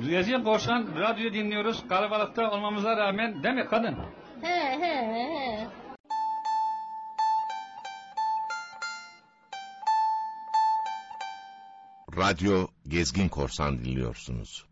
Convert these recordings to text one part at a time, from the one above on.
Gezgin Korsan radyo dinliyoruz kalabalıkta olmamıza rağmen, değil mi kadın? He. Radyo Gezgin Korsan dinliyorsunuz.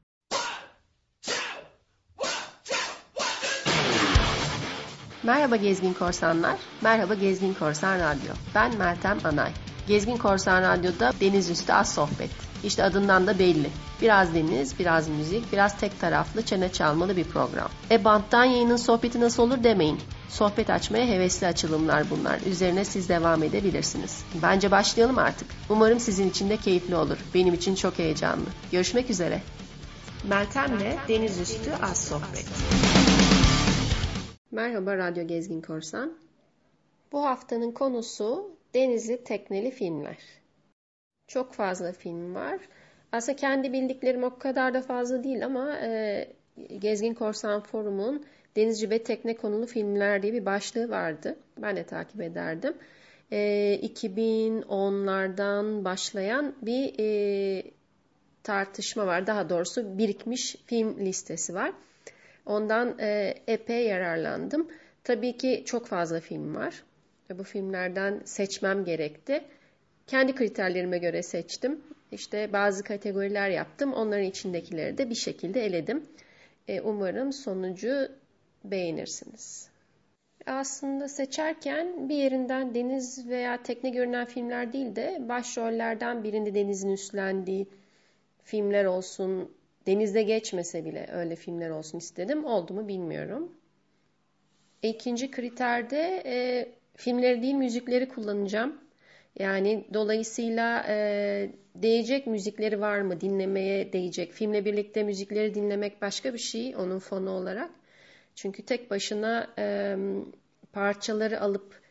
Merhaba Gezgin Korsanlar, merhaba Gezgin Korsan Radyo. Ben Meltem Anay. Gezgin Korsan Radyo'da deniz üstü az sohbet. İşte adından da belli. Biraz deniz, biraz müzik, biraz tek taraflı çene çalmalı bir program. Banttan yayının sohbeti nasıl olur demeyin. Sohbet açmaya hevesli açılımlar bunlar. Üzerine siz devam edebilirsiniz. Bence başlayalım artık. Umarım sizin için de keyifli olur. Benim için çok heyecanlı. Görüşmek üzere. Meltem'le deniz üstü az sohbet. Merhaba Radyo Gezgin Korsan. Bu haftanın konusu denizli tekneli filmler. Çok fazla film var. Aslında kendi bildiklerim o kadar da fazla değil ama Gezgin Korsan Forum'un denizci ve tekne konulu filmler diye bir başlığı vardı. Ben de takip ederdim. 2010'lardan başlayan bir tartışma var. Daha doğrusu birikmiş film listesi var. Ondan epey yararlandım. Tabii ki çok fazla film var. Bu filmlerden seçmem gerekti. Kendi kriterlerime göre seçtim. İşte bazı kategoriler yaptım. Onların içindekileri de bir şekilde eledim. Umarım sonucu beğenirsiniz. Aslında seçerken bir yerinden deniz veya tekne görünen filmler değil de başrollerden birinde denizin üstlendiği filmler olsun, denizde geçmese bile öyle filmler olsun istedim. Oldu mu bilmiyorum. İkinci kriterde filmleri değil müzikleri kullanacağım. Yani dolayısıyla değecek müzikleri var mı? Dinlemeye değecek. Filmle birlikte müzikleri dinlemek başka bir şey onun fonu olarak. Çünkü tek başına parçaları alıp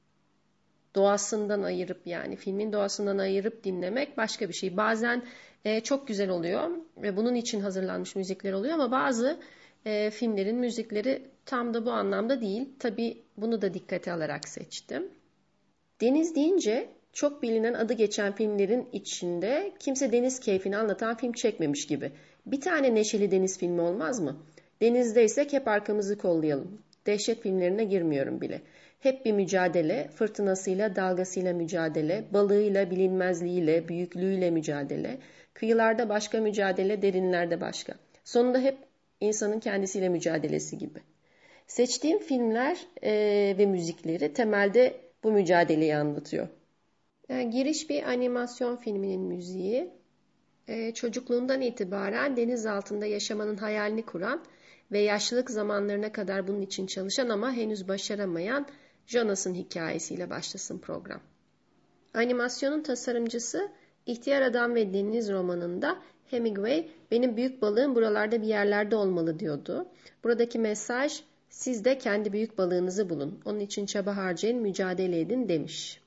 doğasından ayırıp yani filmin doğasından ayırıp dinlemek başka bir şey. Bazen çok güzel oluyor ve bunun için hazırlanmış müzikler oluyor ama bazı filmlerin müzikleri tam da bu anlamda değil. Tabii bunu da dikkate alarak seçtim. Deniz deyince çok bilinen adı geçen filmlerin içinde kimse deniz keyfini anlatan film çekmemiş gibi. Bir tane neşeli deniz filmi olmaz mı? Denizdeysek hep arkamızı kollayalım. Dehşet filmlerine girmiyorum bile. Hep bir mücadele, fırtınasıyla, dalgasıyla mücadele, balığıyla, bilinmezliğiyle, büyüklüğüyle mücadele, kıyılarda başka mücadele, derinlerde başka. Sonunda hep insanın kendisiyle mücadelesi gibi. Seçtiğim filmler ve müzikleri temelde bu mücadeleyi anlatıyor. Yani giriş bir animasyon filminin müziği. Çocukluğundan itibaren deniz altında yaşamanın hayalini kuran ve yaşlılık zamanlarına kadar bunun için çalışan ama henüz başaramayan Jonas'ın hikayesiyle başlasın program. Animasyonun tasarımcısı İhtiyar Adam ve Deniz romanında Hemingway benim büyük balığım buralarda bir yerlerde olmalı diyordu. Buradaki mesaj siz de kendi büyük balığınızı bulun. Onun için çaba harcayın, mücadele edin demiş.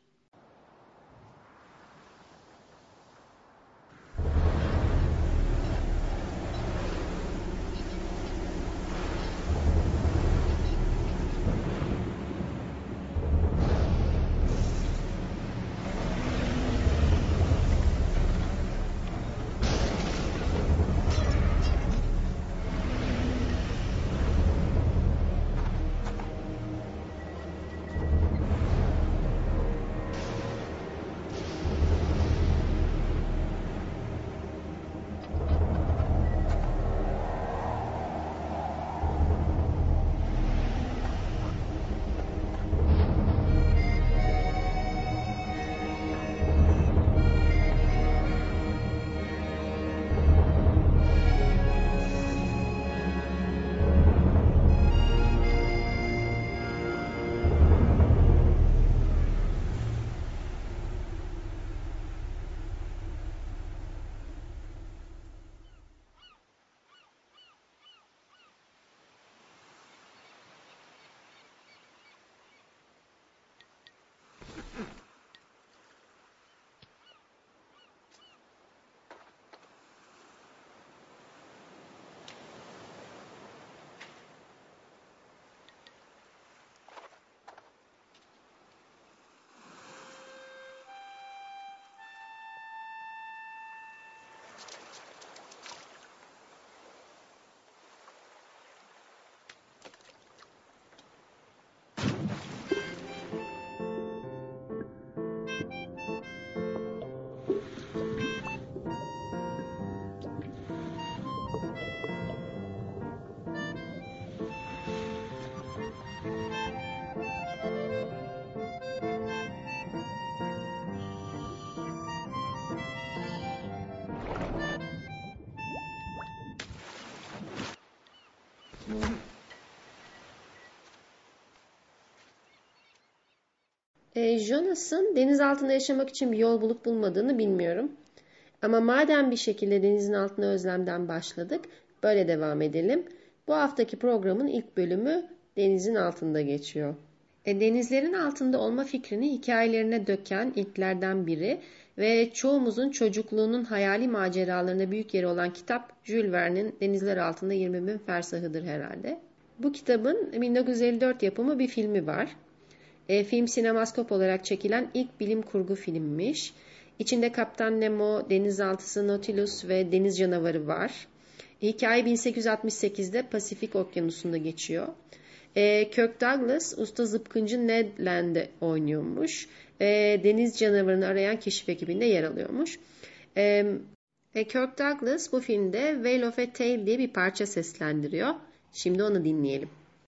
Jonas'ın deniz altında yaşamak için bir yol bulup bulmadığını bilmiyorum. Ama madem bir şekilde denizin altına özlemden başladık, böyle devam edelim. Bu haftaki programın ilk bölümü denizin altında geçiyor. Denizlerin altında olma fikrini hikayelerine döken ilklerden biri ve çoğumuzun çocukluğunun hayali maceralarına büyük yeri olan kitap Jules Verne'in Denizler Altında 20.000 Fersahıdır herhalde. Bu kitabın 1954 yapımı bir filmi var. Film sinemaskop olarak çekilen ilk bilim kurgu filmmiş. İçinde Kaptan Nemo, denizaltısı Nautilus ve deniz canavarı var. Hikaye 1868'de Pasifik Okyanusu'nda geçiyor. Kirk Douglas, usta zıpkıncı Ned Land'i oynuyormuş. Deniz canavarını arayan keşif ekibinde yer alıyormuş. Kirk Douglas bu filmde Whale of a Tale diye bir parça seslendiriyor. Şimdi onu dinleyelim.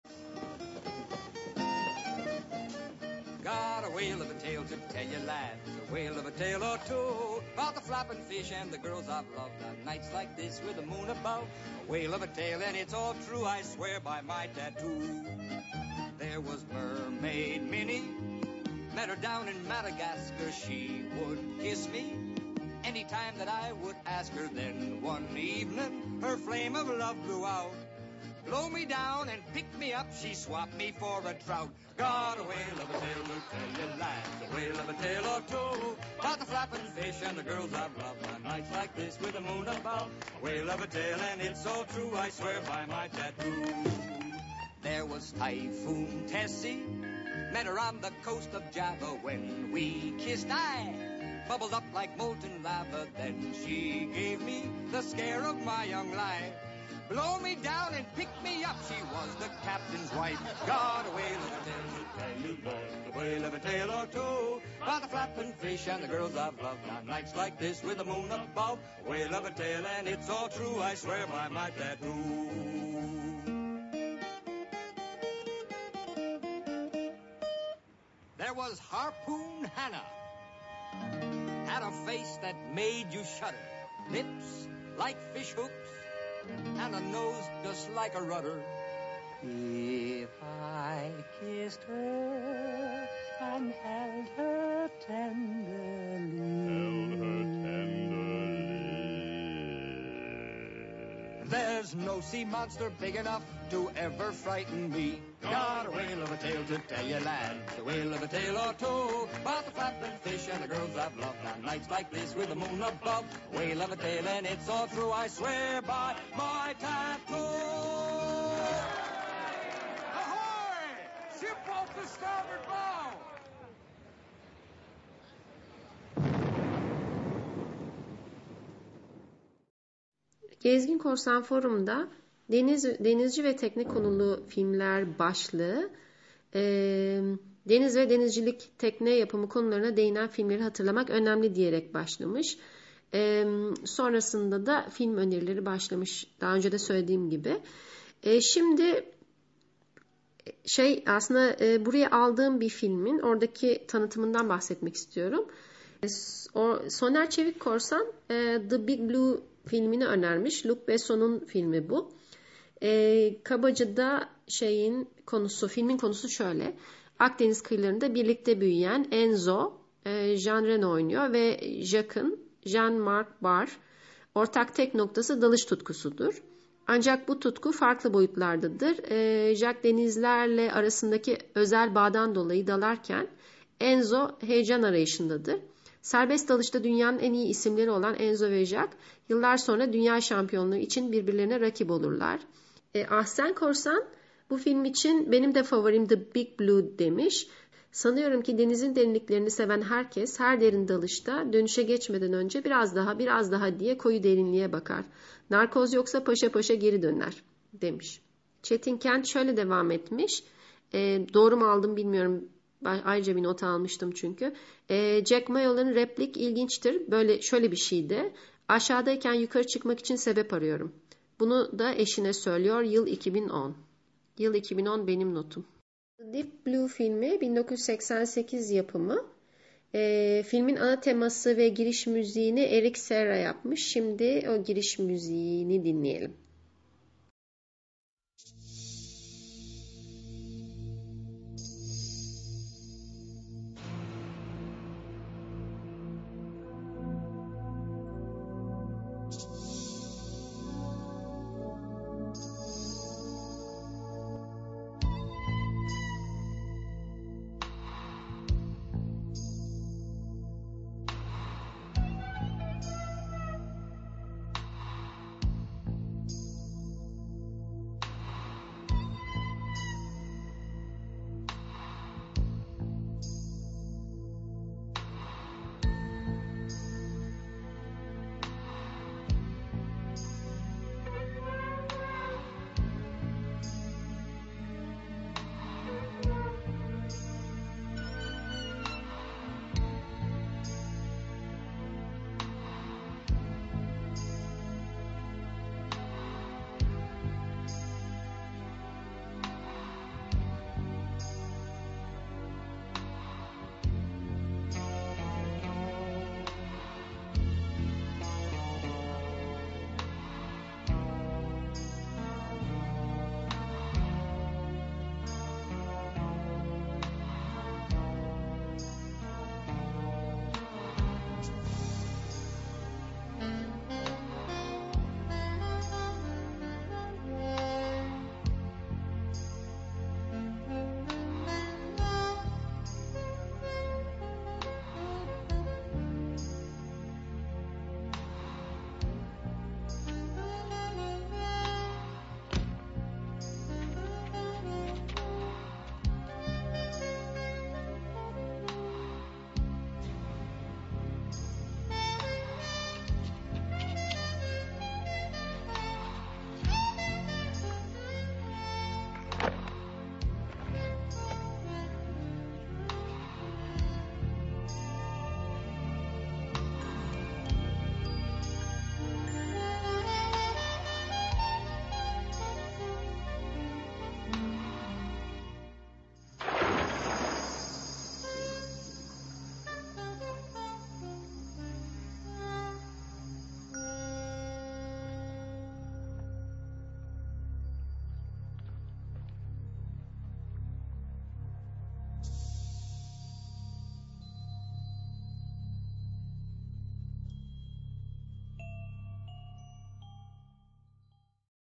Got a whale of a tale to tell you lads, a whale of a tale or two, about the flapping fish and the girls I've loved on nights like this with the moon above. A whale of a tale and it's all true, I swear by my tattoo. There was Mermaid Minnie, met her down in Madagascar. She would kiss me anytime that I would ask her. Then one evening her flame of love blew out. Blow me down and pick me up, she swapped me for a trout. Got a whale of a tale to tell you lads, a whale of a tale or two, about the flapping fish and the girls I've loved on nights like this with the moon above. A whale of a tale and it's so true, I swear by my tattoo. There was Typhoon Tessie, met her on the coast of Java. When we kissed, I bubbled up like molten lava. Then she gave me the scare of my young life. Blow me down and pick me up, she was the captain's wife. Got a whale of a tale to tell you lads, a whale of a tale or two, about the flapping fish and the girls I've loved on nights like this with the moon above. A whale of a tale and it's all true, I swear by my tattoo. There was Harpoon Hannah, had a face that made you shudder, lips like fish hooks, and a nose just like a rudder. If I kissed her and held her there's no sea monster big enough to ever frighten me. Got a whale of a tale to tell you lads, a whale of a tale or two, about the flapping fish and the girls I've loved on nights like this with the moon above. A whale of a tale and it's all true, I swear by my tattoo. Ahoy! Ship off the starboard bow! Gezgin Korsan Forum'da denizci ve tekne konulu filmler başlığı, deniz ve denizcilik tekne yapımı konularına değinen filmleri hatırlamak önemli diyerek başlamış. Sonrasında da film önerileri başlamış. Daha önce de söylediğim gibi. Şimdi aslında buraya aldığım bir filmin oradaki tanıtımından bahsetmek istiyorum. Soner Çevik Korsan The Big Blue filmini önermiş. Luc Besson'un filmi bu. Kabaca da filmin konusu şöyle. Akdeniz kıyılarında birlikte büyüyen Enzo, Jean Reno oynuyor ve Jean-Marc Barr ortak tek noktası dalış tutkusudur. Ancak bu tutku farklı boyutlardadır. Jacques denizlerle arasındaki özel bağdan dolayı dalarken Enzo heyecan arayışındadır. Serbest dalışta dünyanın en iyi isimleri olan Enzo ve Jacques yıllar sonra dünya şampiyonluğu için birbirlerine rakip olurlar. Ahsen Korsan bu film için benim de favorim The Big Blue demiş. Sanıyorum ki denizin derinliklerini seven herkes her derin dalışta dönüşe geçmeden önce biraz daha diye koyu derinliğe bakar. Narkoz yoksa paşa paşa geri döner demiş. Çetin Kent şöyle devam etmiş. Doğru mu aldım bilmiyorum. Ayrıca bir not almıştım çünkü. Jack Mayall'ın replik ilginçtir. Şöyle bir şeydi. Aşağıdayken yukarı çıkmak için sebep arıyorum. Bunu da eşine söylüyor. Yıl 2010. Yıl 2010 benim notum. Deep Blue filmi 1988 yapımı. Filmin ana teması ve giriş müziğini Eric Serra yapmış. Şimdi o giriş müziğini dinleyelim.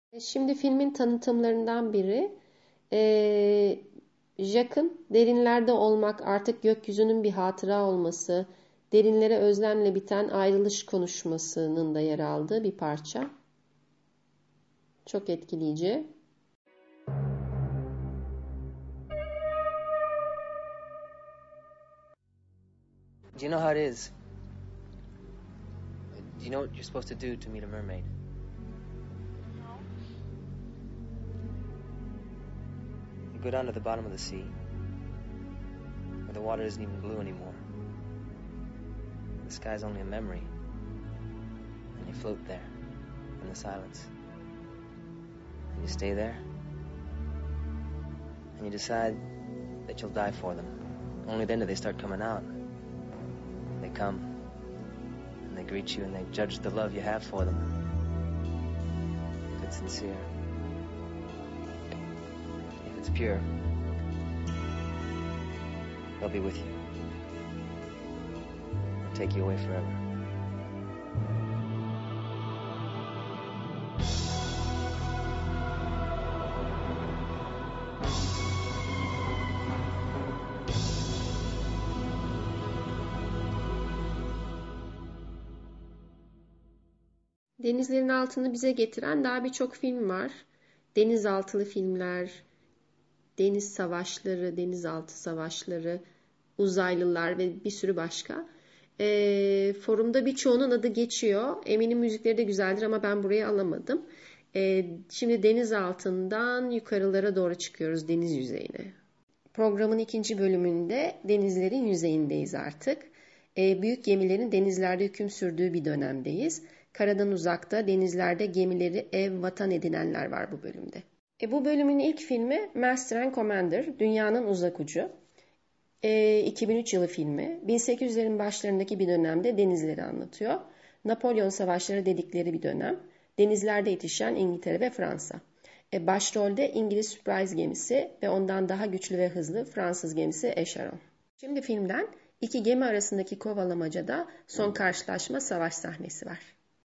Şimdi filmin tanıtımlarından biri Jack'ın derinlerde olmak, artık gökyüzünün bir hatıra olması, derinlere özlemle biten ayrılış konuşmasının da yer aldığı bir parça. Çok etkileyici. Do you know how it is? Do you know what you're supposed to do to meet a mermaid? You go down to the bottom of the sea, where the water isn't even blue anymore. The sky's only a memory. And you float there, in the silence. And you stay there. And you decide that you'll die for them. Only then do they start coming out. They come, and they greet you, and they judge the love you have for them. If it's sincere, if it's pure, they'll be with you. They'll take you away forever. Denizlerin altını bize getiren daha birçok film var. Denizaltılı filmler, deniz savaşları, denizaltı savaşları, uzaylılar ve bir sürü başka. Forumda birçoğunun adı geçiyor. Eminim müzikleri de güzeldir ama ben buraya alamadım. Şimdi deniz altından yukarılara doğru çıkıyoruz, deniz yüzeyine. Programın ikinci bölümünde denizlerin yüzeyindeyiz artık. Büyük gemilerin denizlerde hüküm sürdüğü bir dönemdeyiz. Karadan uzakta, denizlerde gemileri ev, vatan edinenler var bu bölümde. Bu bölümün ilk filmi Master and Commander, Dünyanın Uzak Ucu. 2003 yılı filmi. 1800'lerin başlarındaki bir dönemde denizleri anlatıyor. Napolyon Savaşları dedikleri bir dönem. Denizlerde yetişen İngiltere ve Fransa. Başrolde İngiliz Surprise gemisi ve ondan daha güçlü ve hızlı Fransız gemisi Acheron. Şimdi filmden iki gemi arasındaki kovalamacada son karşılaşma, savaş sahnesi var.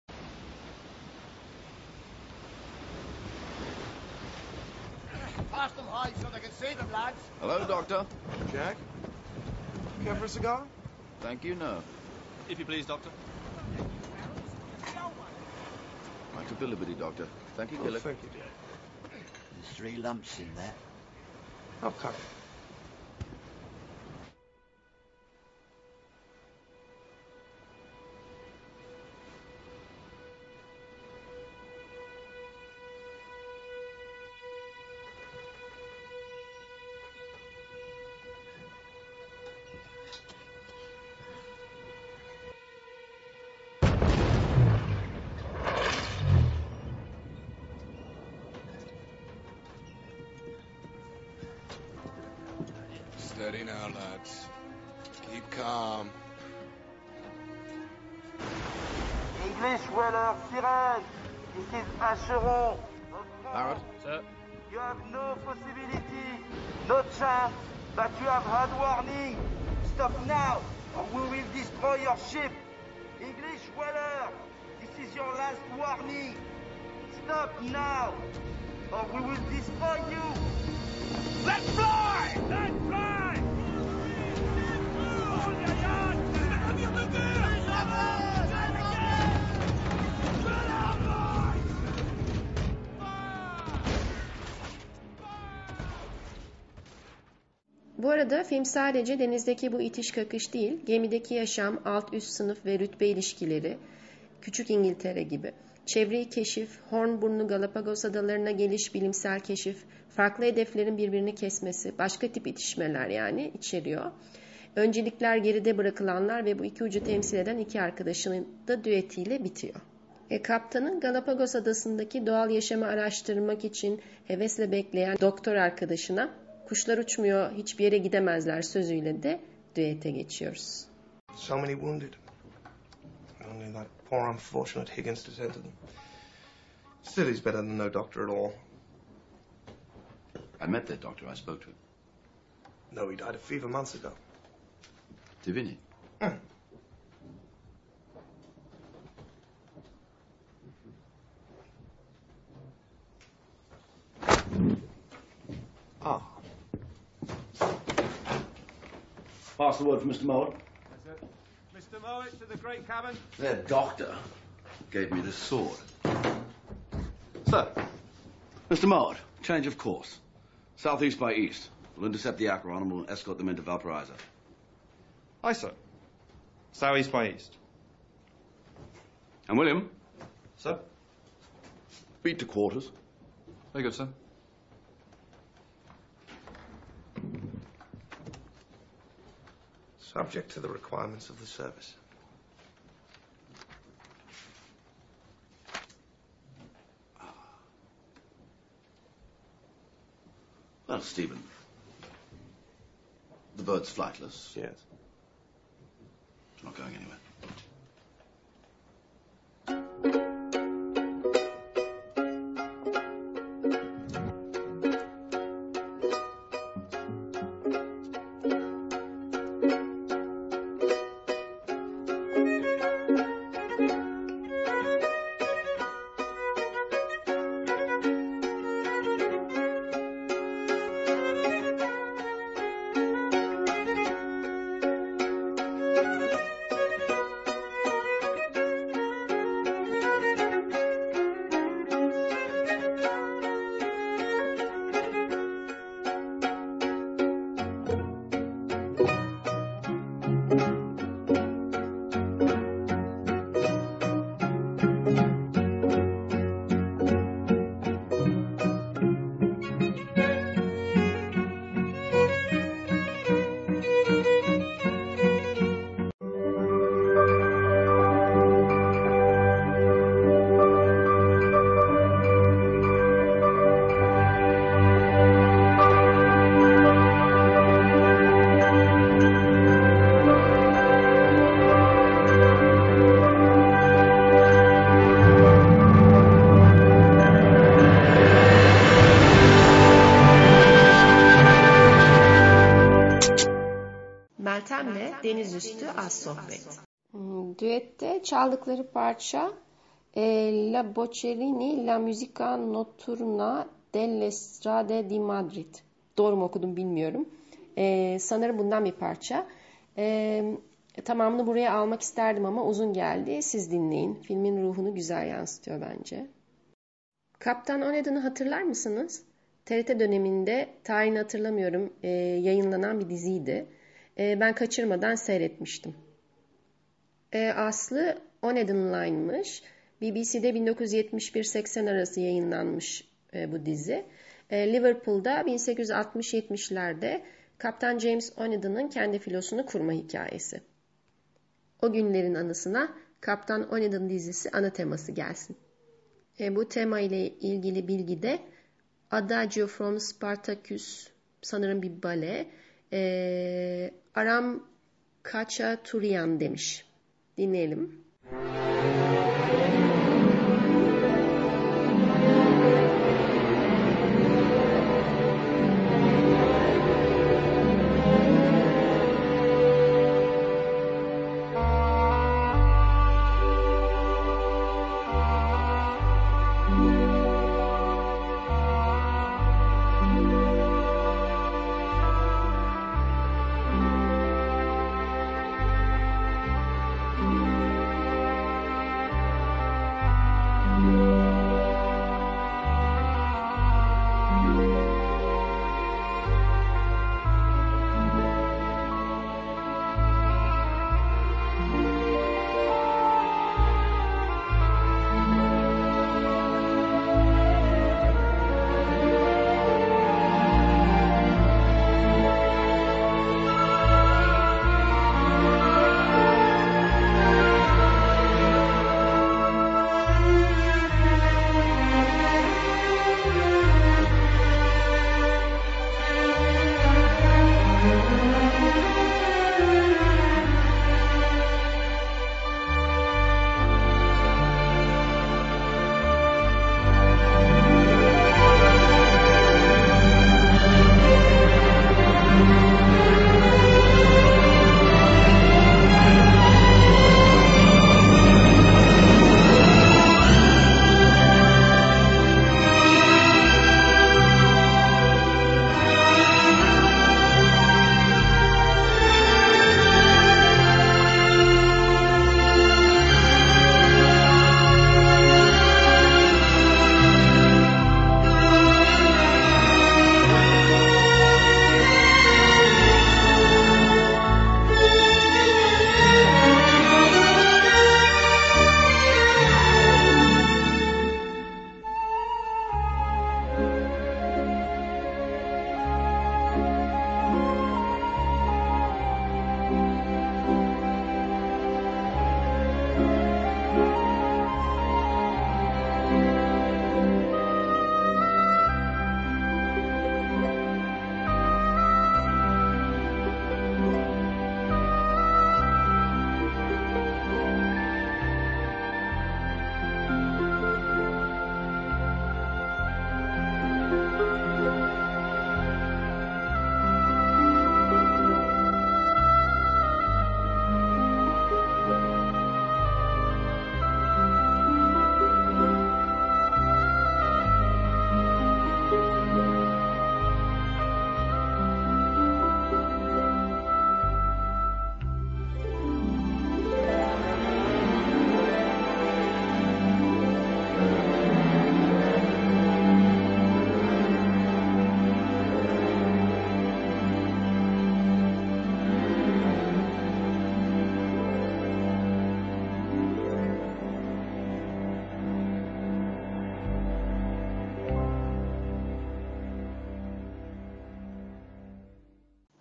Blast them high so they can see them, lads. Hello, Doctor. Jack? Care for a cigar? Thank you, no. If you please, Doctor. I took the liberty, Doctor. Thank you, Oh, Gillick. thank you, Jack. There's 3 lumps in there. I'll cut it. Steady now, lads. Keep calm. English Weller, Sirens. This is Acheron. Barrett? Sir. You have no possibility, no chance, but you have had warning. Stop now, or we will destroy your ship. English Weller, this is your last warning. Stop now, or we will destroy you. Let's fly! Let's fly! Bu arada film sadece denizdeki bu itiş kakış değil, gemideki yaşam, alt üst sınıf ve rütbe ilişkileri, küçük İngiltere gibi, çevreyi keşif, Hornburnu Galapagos adalarına geliş, bilimsel keşif, farklı hedeflerin birbirini kesmesi, başka tip itişmeler yani içeriyor. Öncelikler, geride bırakılanlar ve bu iki ucu temsil eden iki arkadaşının da düetiyle bitiyor. Kaptanın Galapagos adasındaki doğal yaşamı araştırmak için hevesle bekleyen doktor arkadaşına kuşlar uçmuyor, hiçbir yere gidemezler sözüyle de düete geçiyoruz. So many wounded. Only that poor unfortunate Higgins to tend to them. Still, he's better than no doctor at all. I met that doctor. I spoke to him. No, he died of fever months ago. Divini. Pass the word for Mr. Mowat. Mr. Mowat to the great cabin. Their doctor gave me this sword. Sir, Mr. Mowat, change of course. Southeast by east. We'll intercept the Acheron and we'll escort them into Valparaiso. Aye, sir. Southeast by east. And William? Sir? Beat to quarters. Very good, sir. Subject to the requirements of the service. Well, Stephen, the bird's flightless. Yes. It's not going anywhere. Meltem'le Deniz Üstü Az Sohbet. Düette çaldıkları parça La Boccherini La Musica Notturna dell'Estrade di Madrid. Doğru mu okudum bilmiyorum. Sanırım bundan bir parça. Tamamını buraya almak isterdim ama uzun geldi. Siz dinleyin. Filmin ruhunu güzel yansıtıyor bence. Kaptan Onedon'u hatırlar mısınız? TRT döneminde, tarihini hatırlamıyorum, yayınlanan bir diziydi. Ben kaçırmadan seyretmiştim. Aslı Onedon Line'mış. BBC'de 1971-80 arası yayınlanmış bu dizi. Liverpool'da 1860-70'lerde Kaptan James Onedon'un kendi filosunu kurma hikayesi. O günlerin anısına Kaptan Onedon dizisi ana teması gelsin. Bu tema ile ilgili bilgi de Adagio from Spartacus, sanırım bir bale, Aram Khachaturian demiş. Dinleyelim.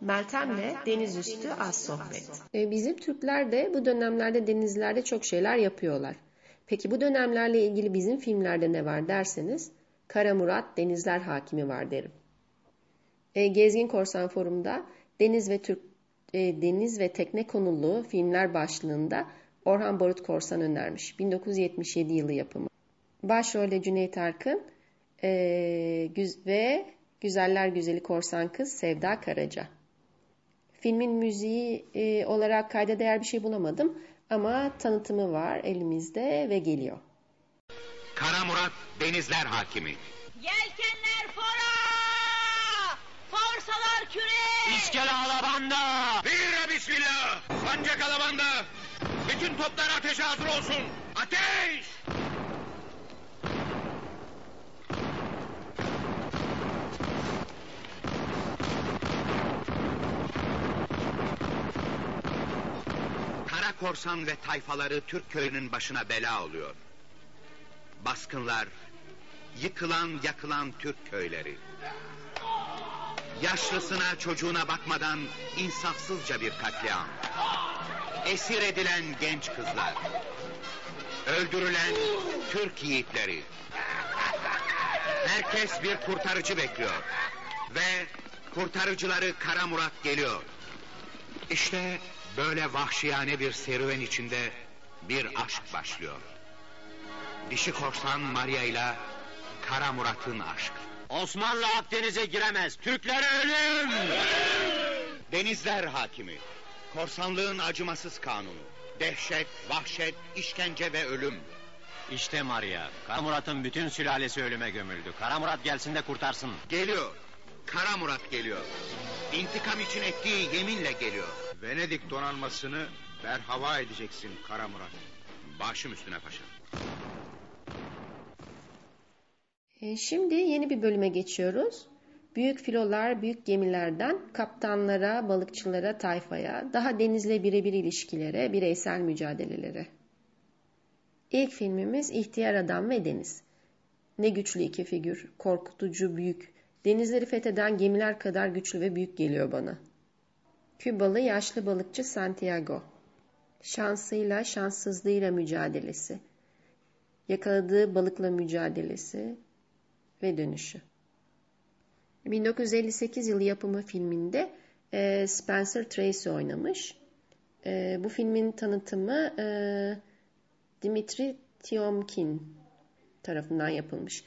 Meltem'le Deniz Üstü Az Sohbet. Bizim Türkler de bu dönemlerde denizlerde çok şeyler yapıyorlar. Peki bu dönemlerle ilgili bizim filmlerde ne var derseniz, Kara Murat Denizler Hakimi var derim. Gezgin Korsan Forum'da Deniz ve Tekne konulu filmler başlığında Orhan Barut Korsan önermiş. 1977 yılı yapımı. Başrolde Cüneyt Arkın ve Güzeller Güzeli Korsan Kız Sevda Karaca. Filmin müziği olarak kayda değer bir şey bulamadım ama tanıtımı var elimizde ve geliyor. Kara Murat Denizler Hakimi. Yelkenler fora! Forsalar küre! İskele alabanda! Bir bismillah! Sancak alabanda! Bütün toplar ateşe hazır olsun! Ateş! Kara korsan ve tayfaları Türk köyünün başına bela oluyor. Baskınlar, yıkılan yakılan Türk köyleri. Yaşlısına çocuğuna bakmadan insafsızca bir katliam. Esir edilen genç kızlar. Öldürülen Türk yiğitleri. Herkes bir kurtarıcı bekliyor. Ve kurtarıcıları Kara Murat geliyor. İşte böyle vahşiyane bir serüven içinde bir aşk başlıyor. Dişi korsan Maria ile Kara Murat'ın aşkı. Osmanlı Akdeniz'e giremez. Türklere ölüm! Denizler Hakimi. Korsanlığın acımasız kanunu. Dehşet, vahşet, işkence ve ölüm. İşte Maria. Kara Murat'ın bütün sülalesi ölüme gömüldü. Kara Murat gelsin de kurtarsın. Geliyor. Kara Murat geliyor. İntikam için ettiği yeminle geliyor. Venedik donanmasını berhava edeceksin Kara Murat. Başım üstüne paşa. Şimdi yeni bir bölüme geçiyoruz. Büyük filolar, büyük gemilerden kaptanlara, balıkçılara, tayfaya, daha denizle birebir ilişkilere, bireysel mücadelelere. İlk filmimiz İhtiyar Adam ve Deniz. Ne güçlü iki figür, korkutucu, büyük. Denizleri fetheden gemiler kadar güçlü ve büyük geliyor bana. Kübalı yaşlı balıkçı Santiago. Şansıyla, şanssızlığıyla mücadelesi. Yakaladığı balıkla mücadelesi ve dönüşü. 1958 yılı yapımı filminde Spencer Tracy oynamış. Bu filmin tanıtımı Dimitri Tiomkin tarafından yapılmış.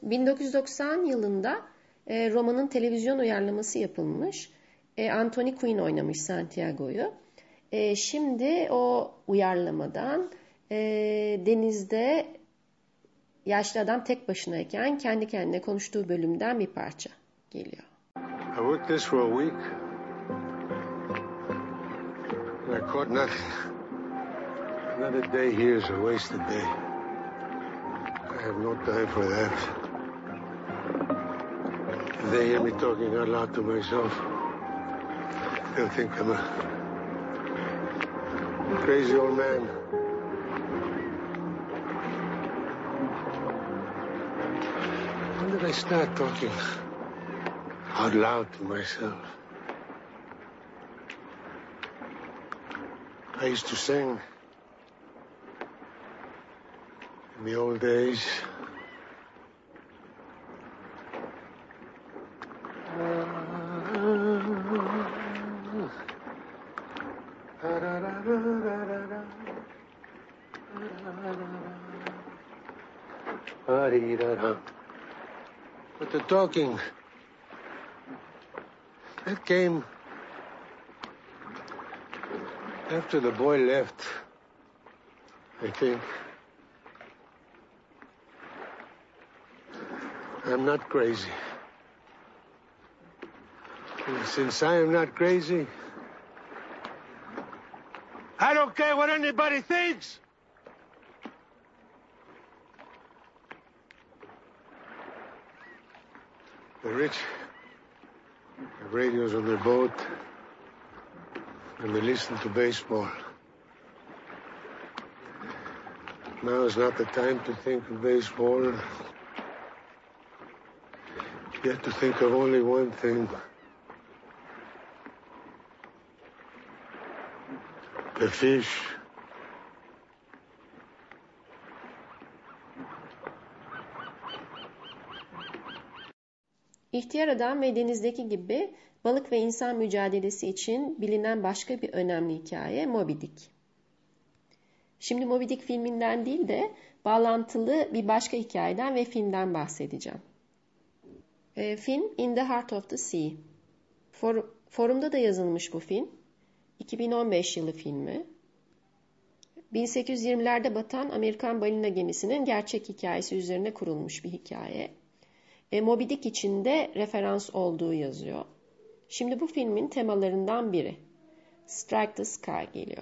1990 yılında romanın televizyon uyarlaması yapılmış. Anthony Quinn oynamış Santiago'yu. Şimdi o uyarlamadan denizde yaşlı adam tek başınayken kendi kendine konuştuğu bölümden bir parça geliyor. I worked this for a week. And I caught nothing. Another day here is a wasted day. I have no time for that. If they hear me talking out loud to myself, they'll think I'm a crazy old man. When did I start talking out loud to myself? I used to sing in the old days. But the talking, that came after the boy left, I think. I'm not crazy. And since I am not crazy, I don't care what anybody thinks. The rich have radios on their boat, and they listen to baseball. Now is not the time to think of baseball. You have to think of only one thing. The fish. İhtiyar Adam ve Denizdeki gibi balık ve insan mücadelesi için bilinen başka bir önemli hikaye Moby Dick. Şimdi Moby Dick filminden değil de bağlantılı bir başka hikayeden ve filmden bahsedeceğim. Film In the Heart of the Sea. Forumda da yazılmış bu film. 2015 yılı filmi. 1820'lerde batan Amerikan balina gemisinin gerçek hikayesi üzerine kurulmuş bir hikaye. Moby Dick için de referans olduğu yazıyor. Şimdi bu filmin temalarından biri. Strike the Sky geliyor.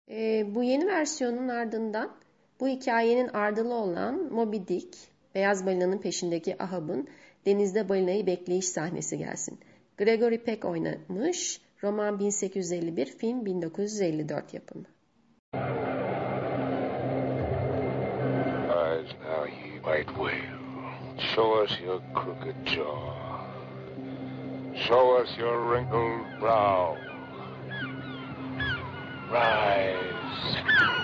Bu yeni versiyonun ardından bu hikayenin ardılı olan Moby Dick, Beyaz Balinanın peşindeki Ahab'ın denizde balinayı bekleyiş sahnesi gelsin. Gregory Peck oynamış, roman 1851, film 1954 yapımı. Rise now, ye white whale. Show us your crooked jaw. Show us your wrinkled brow. Rise.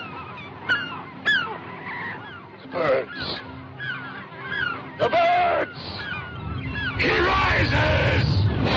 The birds. The birds! He rises!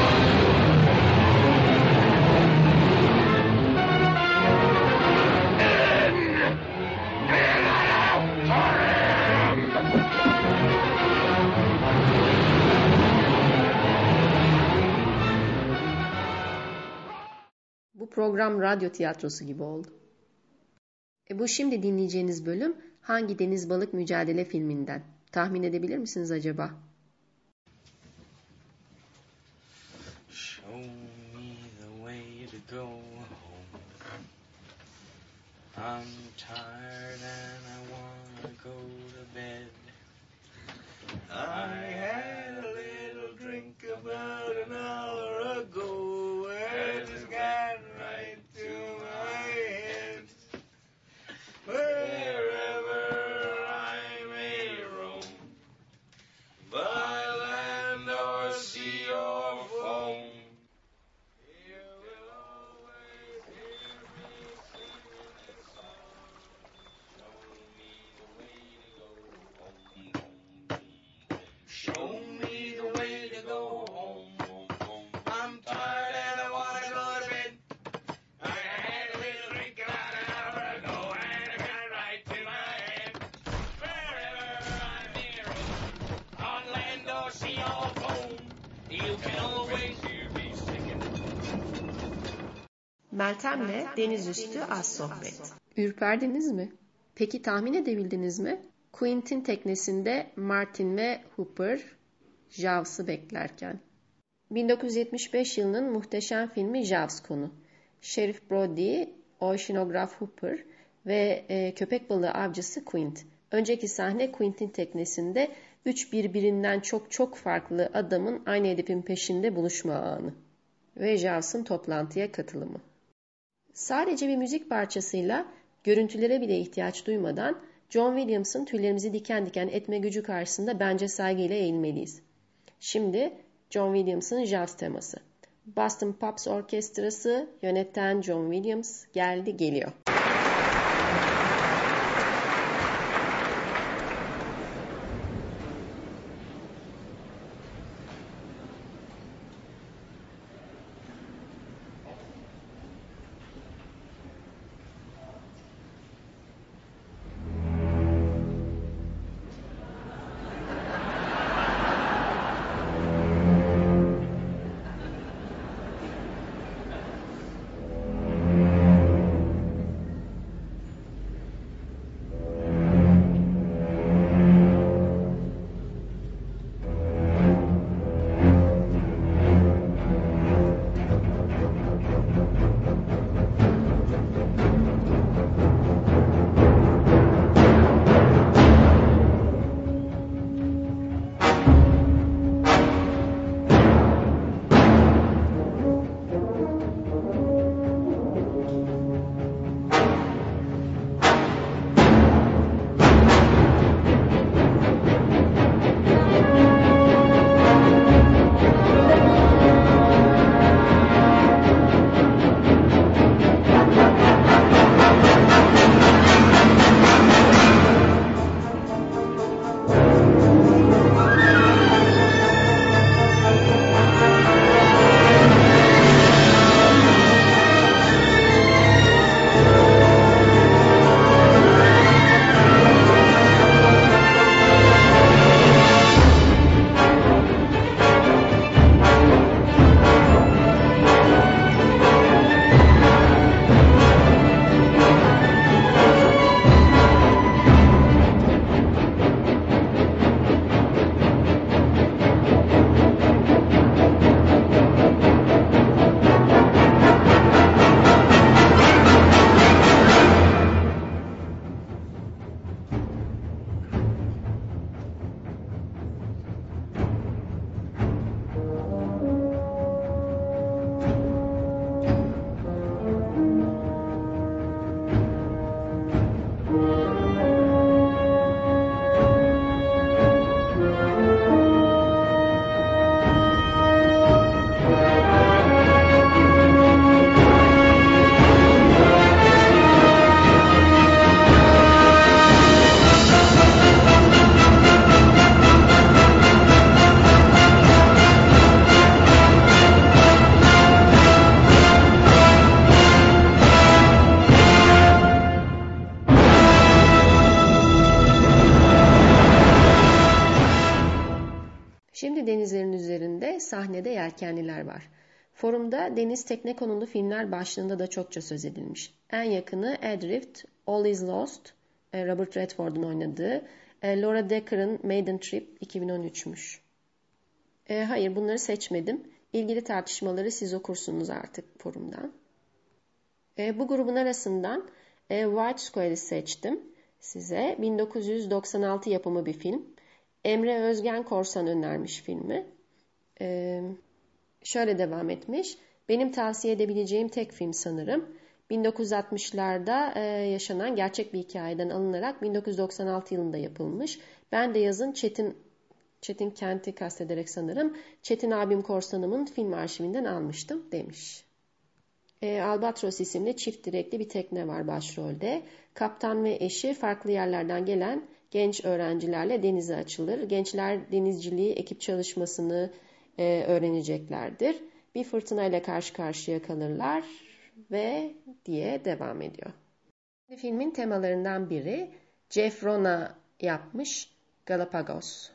Bu program radyo tiyatrosu gibi oldu. Bu şimdi dinleyeceğiniz bölüm hangi deniz balık mücadele filminden? Tahmin edebilir misiniz acaba? Show me the way to go home. I'm tired and I wanna go to bed. I had a little drink about an hour ago, and it's got right to my head. Wherever I may roam, by land or sea or foam, you will always hear me singing this song. Show me the way to go home. Show me the way to go home. I'm tired and I wanna go to bed. I had a little drink about an hour ago, and it got right to my head. Wherever I may roam, on land or sea or foam, you can always hear me singing. Meltem'le Deniz Üstü Az Sohbet. Ürperdiniz mi? Peki tahmin edebildiniz mi? Quint'in teknesinde Martin ve Hooper Jaws'ı beklerken. 1975 yılının muhteşem filmi Jaws konu. Sheriff Brody, oşinograf Hooper ve köpek balığı avcısı Quint. Önceki sahne Quint'in teknesinde 3 birbirinden çok farklı adamın aynı hedefin peşinde buluşma anı. Ve Jaws'ın toplantıya katılımı. Sadece bir müzik parçasıyla görüntülere bile ihtiyaç duymadan John Williams'ın tüylerimizi diken diken etme gücü karşısında bence saygıyla eğilmeliyiz. Şimdi John Williams'ın Jaws teması. Boston Pops Orkestrası yöneten John Williams geliyor. Yelkenliler var. Forumda Deniz Tekne konulu filmler başlığında da çokça söz edilmiş. En yakını Adrift, All Is Lost, Robert Redford'un oynadığı, Laura Decker'ın Maiden Trip 2013'müş. Hayır, bunları seçmedim. İlgili tartışmaları siz okursunuz artık forumdan. Bu grubun arasından White Square'ı seçtim size. 1996 yapımı bir film. Emre Özgen Korsan önermiş filmi. Şöyle devam etmiş. Benim tavsiye edebileceğim tek film sanırım. 1960'larda yaşanan gerçek bir hikayeden alınarak 1996 yılında yapılmış. Ben de yazın Çetin Kent'i kastederek sanırım Çetin abim Korsanım'ın film arşivinden almıştım demiş. Albatros isimli çift direkli bir tekne var başrolde. Kaptan ve eşi farklı yerlerden gelen genç öğrencilerle denize açılır. Gençler denizciliği, ekip çalışmasını öğreneceklerdir. Bir fırtınayla karşı karşıya kalırlar ve diye devam ediyor. Filmin temalarından biri Jeff Rona yapmış Galapagos.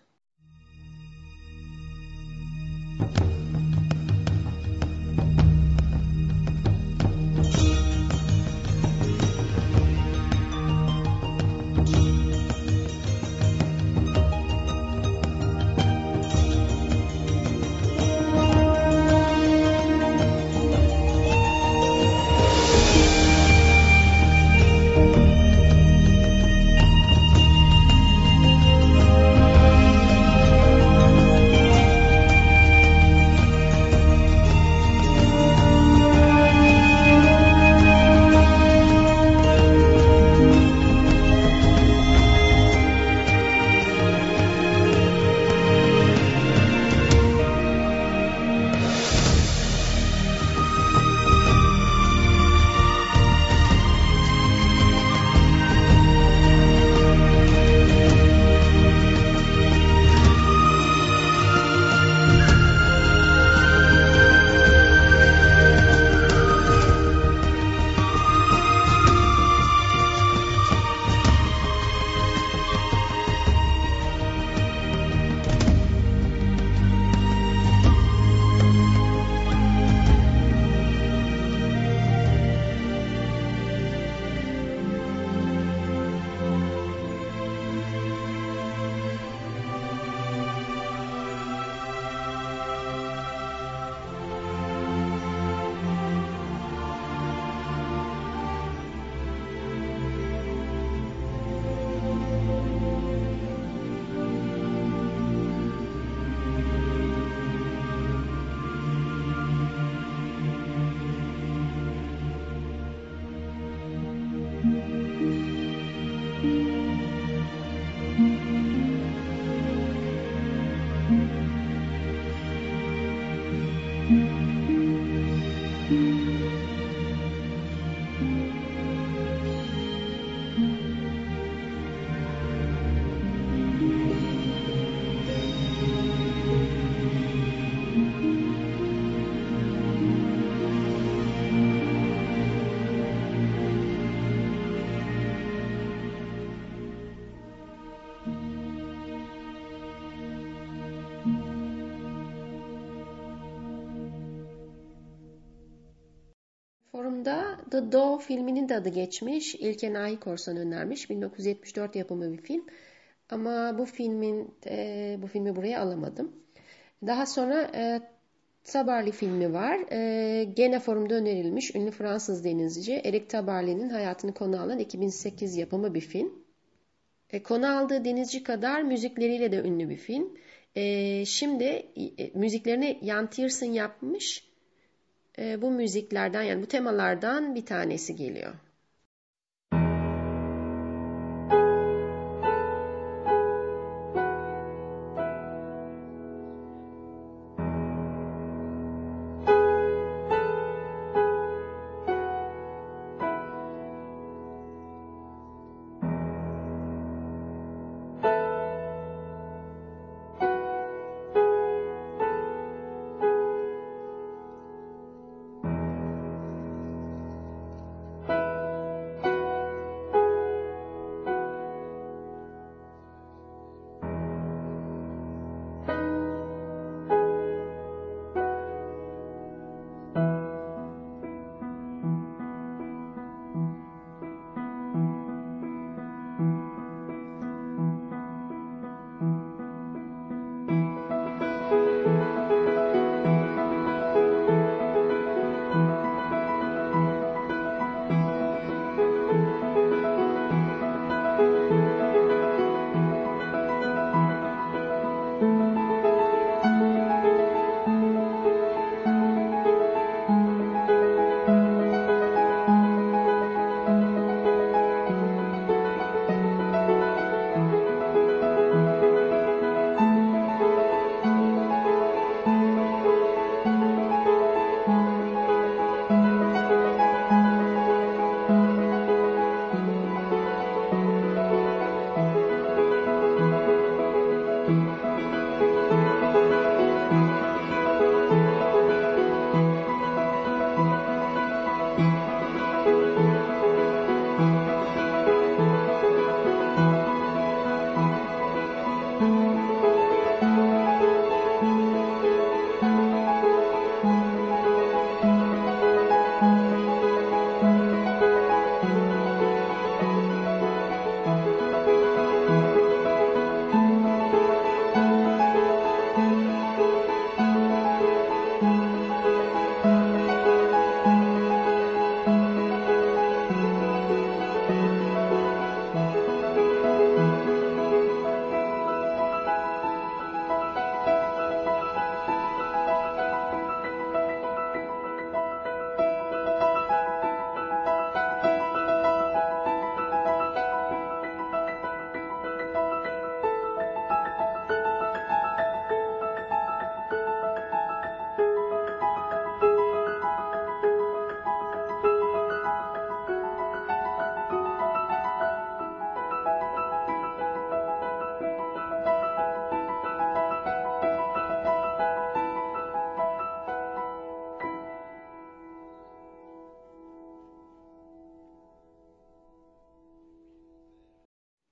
Forumda The Dove filminin de adı geçmiş. İlker Nahi Korsan önermiş. 1974 yapımı bir film. Ama bu filmi buraya alamadım. Daha sonra Tabarly filmi var. Gene forumda önerilmiş ünlü Fransız denizci Eric Tabarly'nin hayatını konu alan 2008 yapımı bir film. Konu aldığı denizci kadar müzikleriyle de ünlü bir film. Şimdi müziklerini Jan Tiersen yapmış. Bu müziklerden yani bu temalardan bir tanesi geliyor.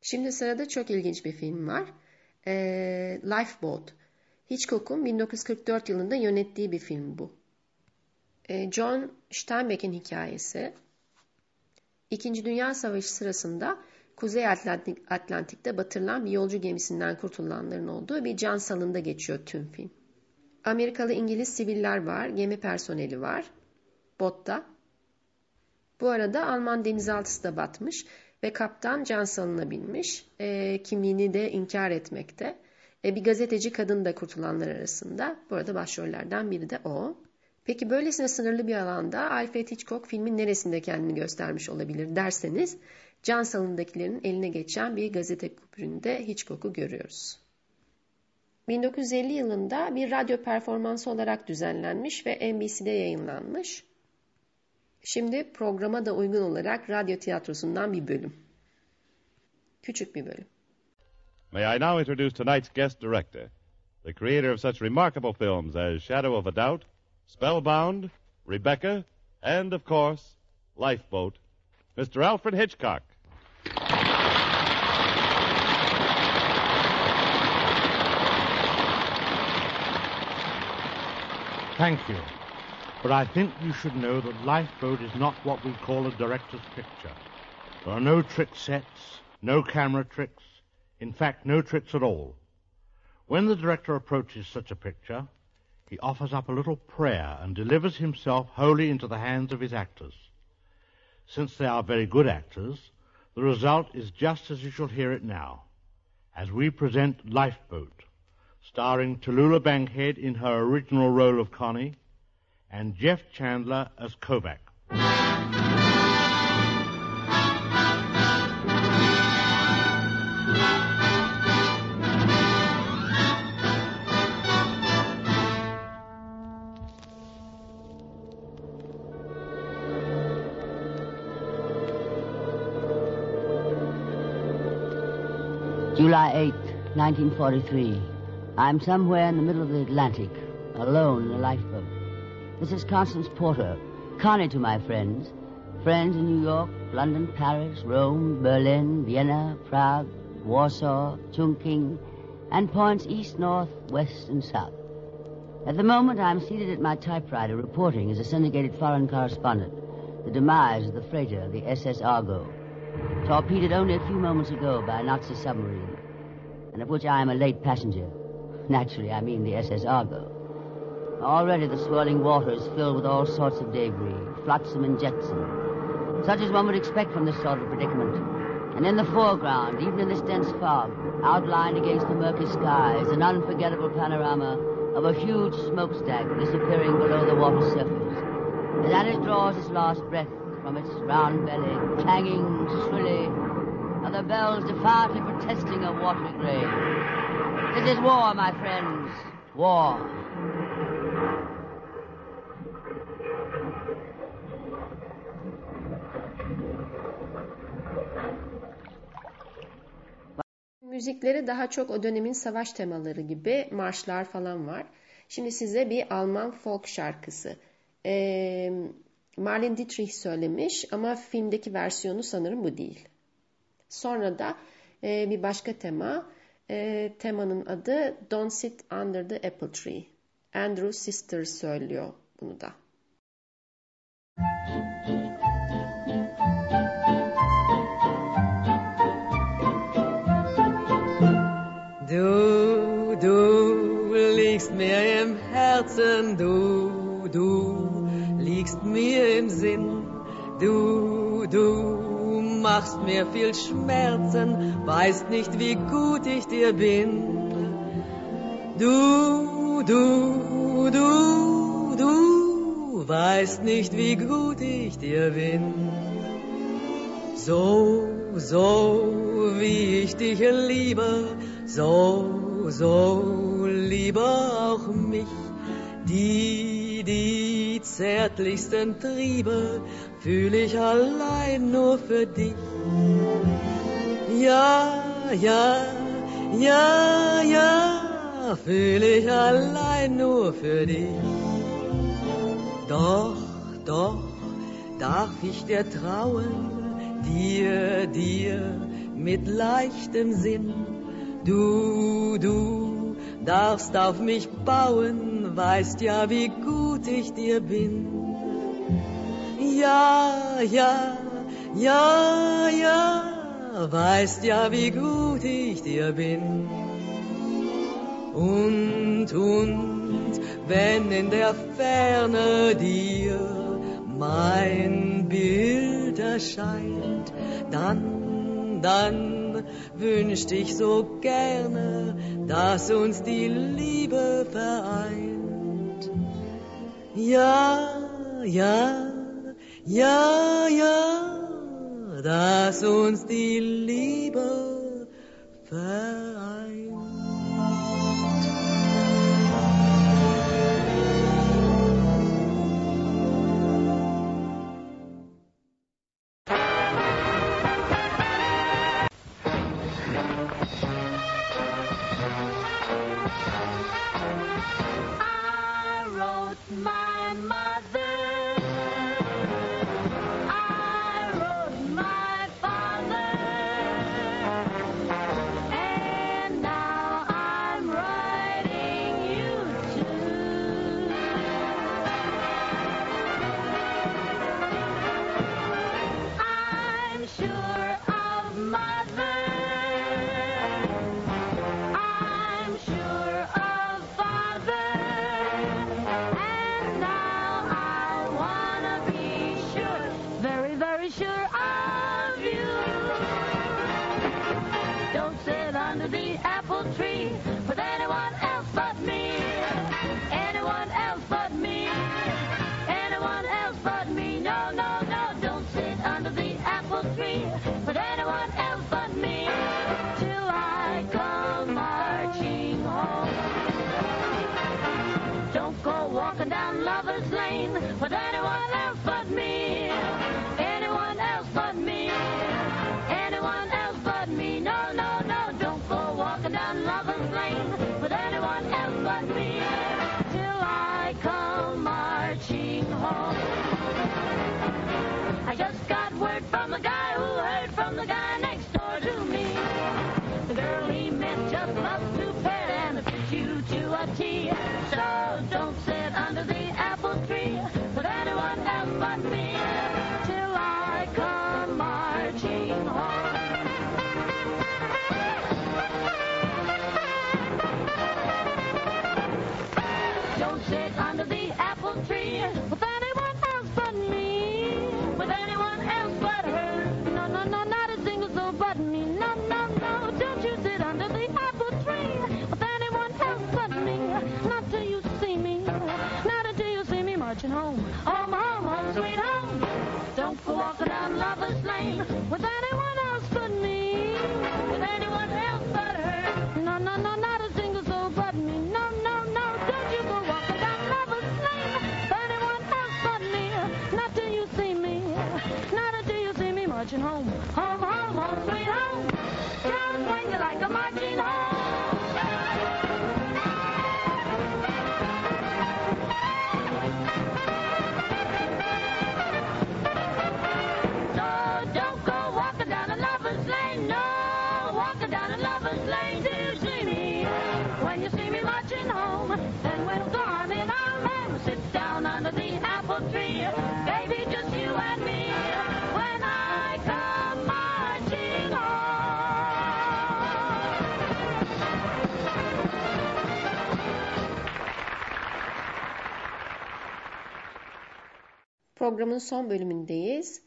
Şimdi sırada çok ilginç bir film var. Lifeboat. Hitchcock'un 1944 yılında yönettiği bir film bu. John Steinbeck'in hikayesi. İkinci Dünya Savaşı sırasında Kuzey Atlantik'te batırılan bir yolcu gemisinden kurtulanların olduğu bir can salında geçiyor tüm film. Amerikalı İngiliz siviller var, gemi personeli var, botta. Bu arada Alman denizaltısı da batmış ve kaptan can salına binmiş. Kimliğini de inkar etmekte. Bir gazeteci kadın da kurtulanlar arasında. Bu arada başrollerden biri de o. Peki böylesine sınırlı bir alanda Alfred Hitchcock filmin neresinde kendini göstermiş olabilir derseniz, can salındakilerin eline geçen bir gazete küpüründe Hitchcock'u görüyoruz. 1950 yılında bir radyo performansı olarak düzenlenmiş ve NBC'de yayınlanmış. Şimdi programa da uygun olarak radyo tiyatrosundan bir bölüm. Küçük bir bölüm. May I now introduce tonight's guest director, the creator of such remarkable films as Shadow of a Doubt, Spellbound, Rebecca, and, of course, Lifeboat, Mr. Alfred Hitchcock. Thank you. But I think you should know that Lifeboat is not what we call a director's picture. There are no trick sets, no camera tricks, in fact, no tricks at all. When the director approaches such a picture, he offers up a little prayer and delivers himself wholly into the hands of his actors. Since they are very good actors, the result is just as you shall hear it now, as we present Lifeboat, starring Tallulah Bankhead in her original role of Connie, and Jeff Chandler as Kovac. July 8th, 1943. I'm somewhere in the middle of the Atlantic, alone in a lifeboat. This is Constance Porter, Connie to my friends. Friends in New York, London, Paris, Rome, Berlin, Vienna, Prague, Warsaw, Chungking, and points east, north, west, and south. At the moment, I'm seated at my typewriter reporting as a syndicated foreign correspondent the demise of the freighter, the SS Argo, torpedoed only a few moments ago by a Nazi submarine, and of which I am a late passenger. Naturally, I mean the SS Argo. Already the swirling water is filled with all sorts of debris, flotsam and jetsam, such as one would expect from this sort of predicament. And in the foreground, even in this dense fog, outlined against the murky sky, is an unforgettable panorama of a huge smokestack disappearing below the water's surface. As it draws its last breath from its round belly, clanging shrilly, are the bells defiantly protesting a watery grave. This is war, my friends, war. Müzikleri daha çok o dönemin savaş temaları gibi marşlar falan var. Şimdi size bir Alman folk şarkısı. Marlene Dietrich söylemiş ama filmdeki versiyonu sanırım bu değil. Sonra da bir başka tema. Temanın adı Don't Sit Under the Apple Tree. Andrew Sisters söylüyor bunu da. Du liegst mir im Herzen, du liegst mir im Sinn, du machst mir viel Schmerzen, weißt nicht, wie gut ich dir bin. Du weißt nicht, wie gut ich dir bin. So wie ich dich liebe, so liebe auch mich. Die zärtlichsten Triebe fühl ich allein nur für dich. Ja, fühl ich allein nur für dich. Doch, darf ich dir trauen, dir mit leichtem Sinn. Du darfst auf mich bauen, weißt ja, wie gut ich dir bin. Ja, weißt ja, wie gut ich dir bin. Und wenn in der Ferne dir mein Bild erscheint, dann wünscht ich so gerne, dass uns die Liebe vereint. Ja, dass uns die Liebe vereint. Programın son bölümündeyiz.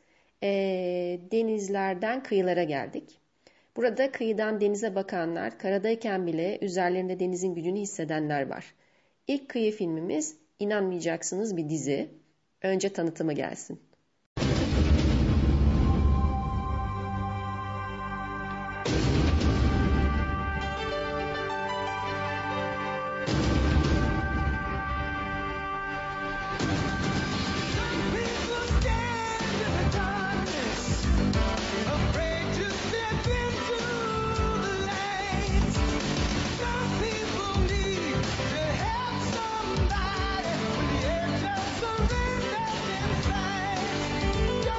Denizlerden kıyılara geldik. Burada kıyıdan denize bakanlar, karadayken bile üzerlerinde denizin gücünü hissedenler var. İlk kıyı filmimiz inanmayacaksınız bir dizi. Önce tanıtımı gelsin. Somebody when the edge of surrender in sight.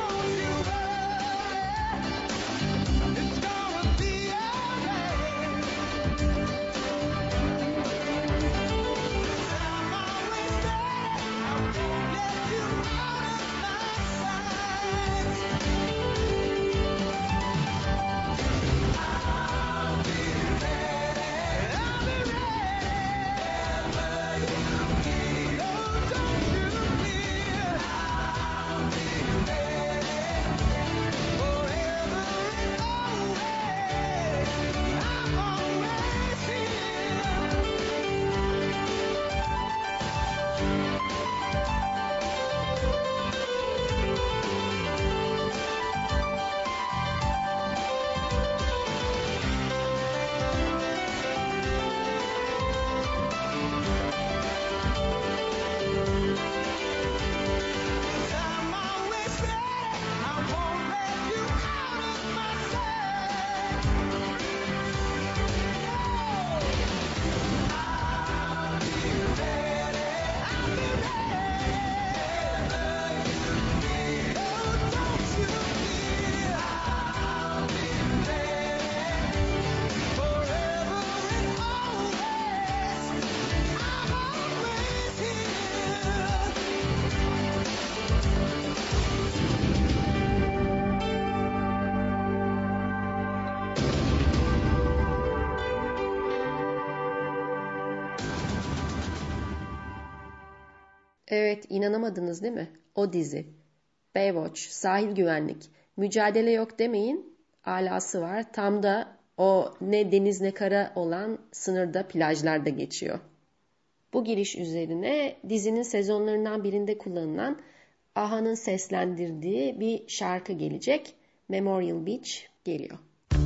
Evet, inanamadınız değil mi? O dizi. Baywatch, sahil güvenlik. Mücadele yok demeyin, alası var. Tam da o ne deniz ne kara olan sınırda, plajlarda geçiyor. Bu giriş üzerine dizinin sezonlarından birinde kullanılan Aha'nın seslendirdiği bir şarkı gelecek. Memorial Beach geliyor.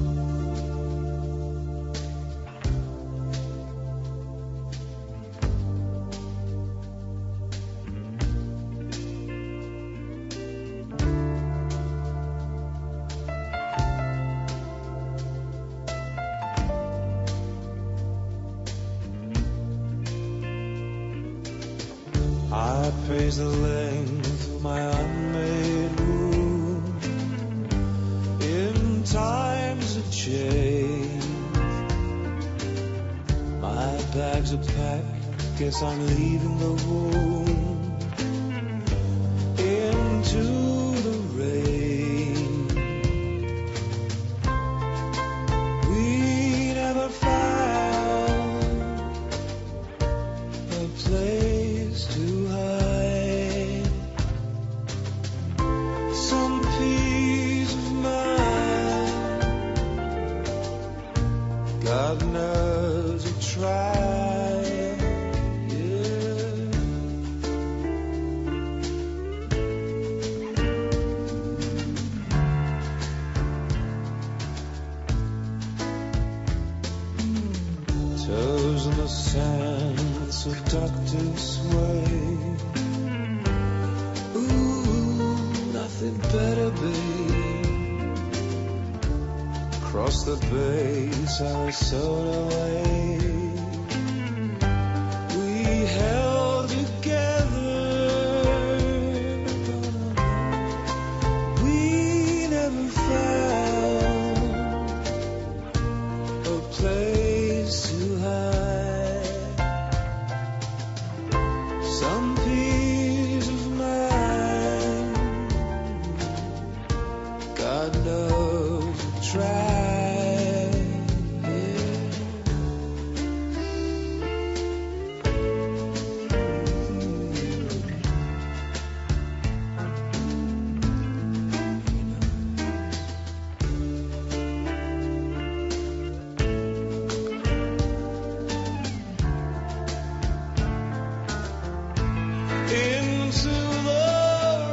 I praise the length of my unmade room in times of change. My bags are packed, guess I'm leaving the room into the rain. We never found a place to hide, some peace of mind. God knows we tried, yeah. Toes in the sand, seductive sway. Ooh, nothing better, babe. Across the bay, Sarasota way. We held together. We never found a place to hide, some peace of mind. God knows we tried, yeah. Into the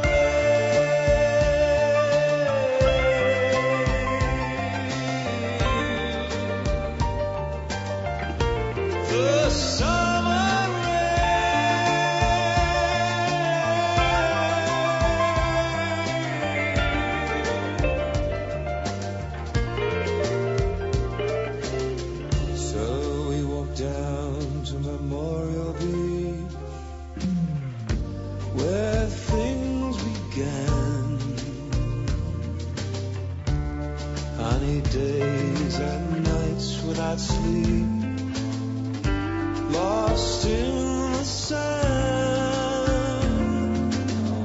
rain, the summer rain. So we walked down to Memorial Beach, where things began. Honey days and nights without sleep, lost in the sand.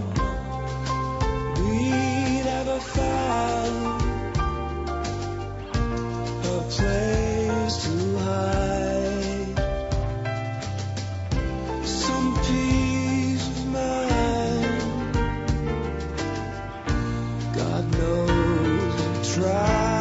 We never found a place to hide, some peace of mind. God knows we tried.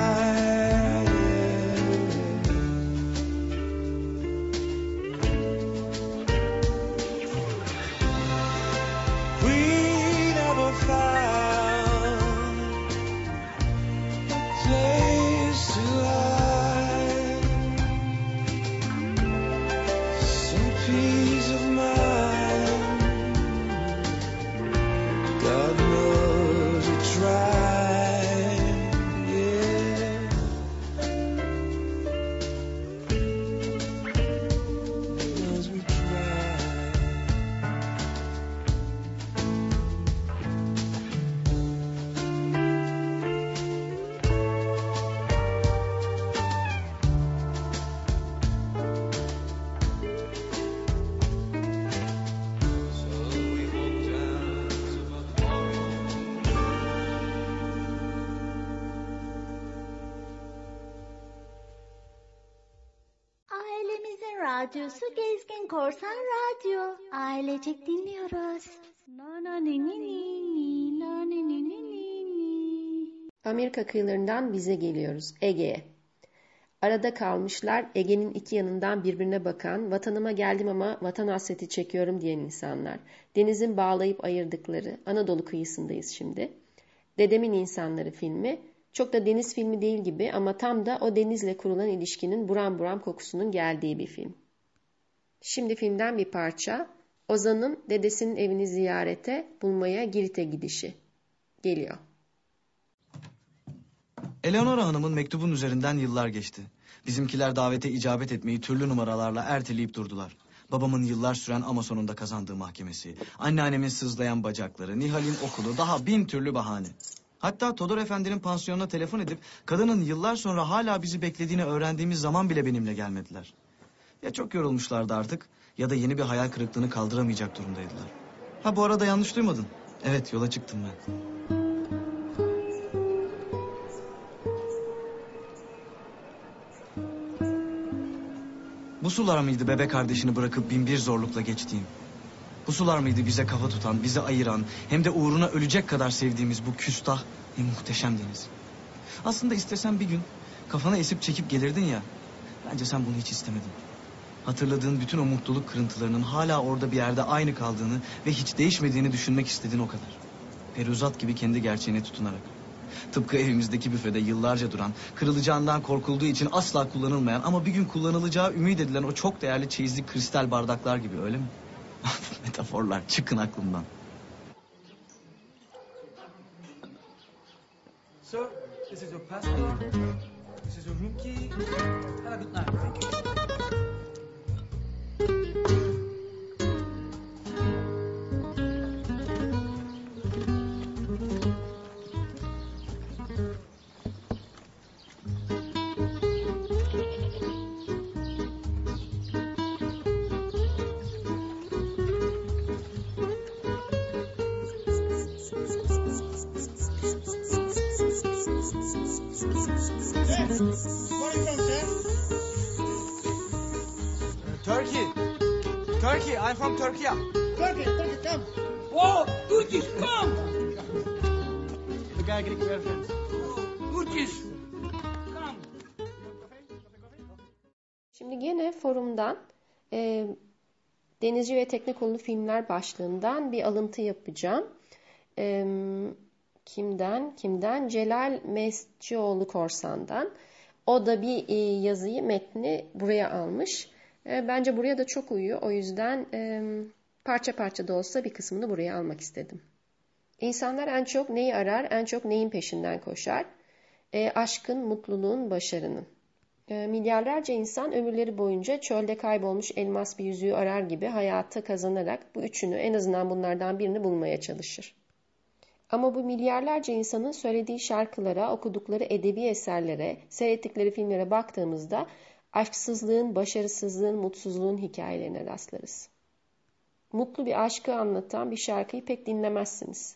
We never found a place to hide, some peace of mind. God knows we tried, yeah. Knows we tried. So we walked down to Memorial radyosu Gezgin Korsan Radyo. Ailecek dinliyoruz. Amerika kıyılarından bize geliyoruz, Ege'ye. Arada kalmışlar, Ege'nin iki yanından birbirine bakan, vatanıma geldim ama vatan hasreti çekiyorum diyen insanlar. Denizin bağlayıp ayırdıkları Anadolu kıyısındayız şimdi. Dedemin İnsanları filmi, çok da deniz filmi değil gibi ama tam da o denizle kurulan ilişkinin buram buram kokusunun geldiği bir film. Şimdi filmden bir parça, Ozan'ın dedesinin evini ziyarete bulmaya Girit'e gidişi geliyor. Eleonora Hanım'ın mektubun üzerinden yıllar geçti. Bizimkiler davete icabet etmeyi türlü numaralarla erteleyip durdular. Babamın yıllar süren ama sonunda kazandığı mahkemesi, anneannemin sızlayan bacakları, Nihal'in okulu, daha 1000 türlü bahane. Hatta Todor Efendi'nin pansiyonuna telefon edip kadının yıllar sonra hala bizi beklediğini öğrendiğimiz zaman bile benimle gelmediler. Ya çok yorulmuşlardı artık ya da yeni bir hayal kırıklığını kaldıramayacak durumdaydılar. Ha bu arada yanlış duymadın. Evet, yola çıktım ben. Bu sular mıydı bebek kardeşini bırakıp binbir zorlukla geçtiğim? Bu sular mıydı bize kafa tutan, bizi ayıran, hem de uğruna ölecek kadar sevdiğimiz bu küstah ve muhteşem deniz? Aslında istesen bir gün kafana esip çekip gelirdin ya, bence sen bunu hiç istemedin. Hatırladığın bütün o mutluluk kırıntılarının hala orada bir yerde aynı kaldığını ve hiç değişmediğini düşünmek istedin o kadar. Peruzat gibi kendi gerçeğine tutunarak. Tıpkı evimizdeki büfede yıllarca duran, kırılacağından korkulduğu için asla kullanılmayan ama bir gün kullanılacağı ümit edilen o çok değerli çeyizli kristal bardaklar gibi, öyle mi? Metaforlar çıkın aklımdan. Sir, this is your passport. This is your room key. Have a good night. Thank you. Turkey, I'm from Turkey. Turkey, come. Oh, Turkish, come. The guy getting your friends. Turkish, come. Şimdi gene forumdan Denizci ve Teknekollu Filmler başlığından bir alıntı yapacağım. Kimden? Celal Mescioğlu Korsan'dan. O da bir yazıyı, metni buraya almış. Bence buraya da çok uyuyor. O yüzden parça parça da olsa bir kısmını buraya almak istedim. İnsanlar en çok neyi arar, en çok neyin peşinden koşar? Aşkın, mutluluğun, başarının. Milyarlarca insan ömürleri boyunca çölde kaybolmuş elmas bir yüzüğü arar gibi hayata kazanarak bu üçünü, en azından bunlardan birini bulmaya çalışır. Ama bu milyarlarca insanın söylediği şarkılara, okudukları edebi eserlere, seyrettikleri filmlere baktığımızda aşksızlığın, başarısızlığın, mutsuzluğun hikayelerine rastlarız. Mutlu bir aşkı anlatan bir şarkıyı pek dinlemezsiniz.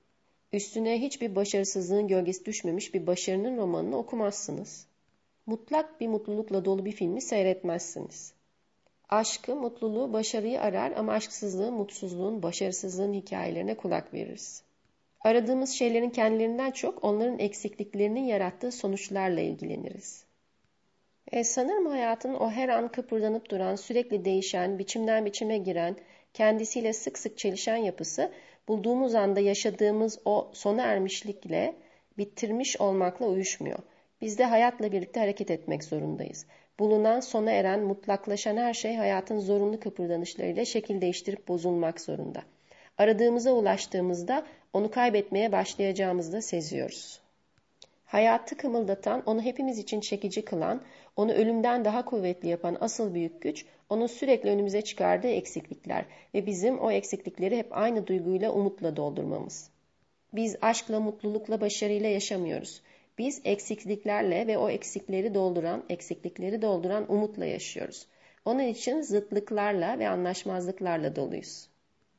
Üstüne hiçbir başarısızlığın gölgesi düşmemiş bir başarının romanını okumazsınız. Mutlak bir mutlulukla dolu bir filmi seyretmezsiniz. Aşkı, mutluluğu, başarıyı arar ama aşksızlığın, mutsuzluğun, başarısızlığın hikayelerine kulak veririz. Aradığımız şeylerin kendilerinden çok onların eksikliklerinin yarattığı sonuçlarla ilgileniriz. Sanırım hayatın o her an kıpırdanıp duran, sürekli değişen, biçimden biçime giren, kendisiyle sık sık çelişen yapısı, bulduğumuz anda yaşadığımız o sona ermişlikle, bitirmiş olmakla uyuşmuyor. Biz de hayatla birlikte hareket etmek zorundayız. Bulunan, sona eren, mutlaklaşan her şey hayatın zorunlu kıpırdanışlarıyla şekil değiştirip bozulmak zorunda. Aradığımıza ulaştığımızda onu kaybetmeye başlayacağımızı da seziyoruz. Hayatı kımıldatan, onu hepimiz için çekici kılan, onu ölümden daha kuvvetli yapan asıl büyük güç, onun sürekli önümüze çıkardığı eksiklikler ve bizim o eksiklikleri hep aynı duyguyla, umutla doldurmamız. Biz aşkla, mutlulukla, başarıyla yaşamıyoruz. Biz eksikliklerle ve o eksiklikleri dolduran umutla yaşıyoruz. Onun için zıtlıklarla ve anlaşmazlıklarla doluyuz.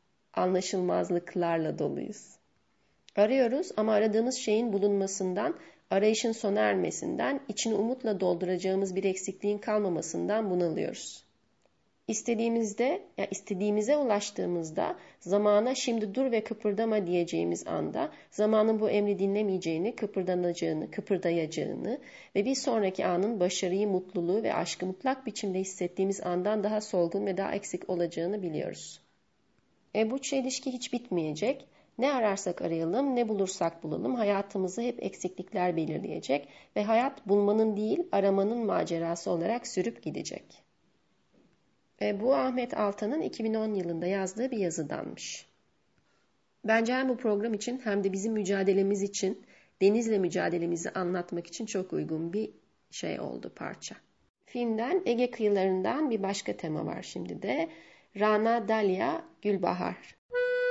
Anlaşılmazlıklarla doluyuz. Arıyoruz ama aradığımız şeyin bulunmasından, arayışın sona ermesinden, içini umutla dolduracağımız bir eksikliğin kalmamasından bunalıyoruz. istediğimize ulaştığımızda, zamana şimdi dur ve kıpırdama diyeceğimiz anda, zamanın bu emri dinlemeyeceğini, kıpırdayacağını ve bir sonraki anın başarıyı, mutluluğu ve aşkı mutlak biçimde hissettiğimiz andan daha solgun ve daha eksik olacağını biliyoruz. Bu çelişki hiç bitmeyecek. Ne ararsak arayalım, ne bulursak bulalım, hayatımızı hep eksiklikler belirleyecek ve hayat bulmanın değil, aramanın macerası olarak sürüp gidecek. Bu Ahmet Altan'ın 2010 yılında yazdığı bir yazıdanmış. Bence hem bu program için hem de bizim mücadelemiz için, denizle mücadelemizi anlatmak için çok uygun bir şey oldu, parça. Filmden Ege kıyılarından bir başka tema var şimdi de. Rana Dalia Gülbahar.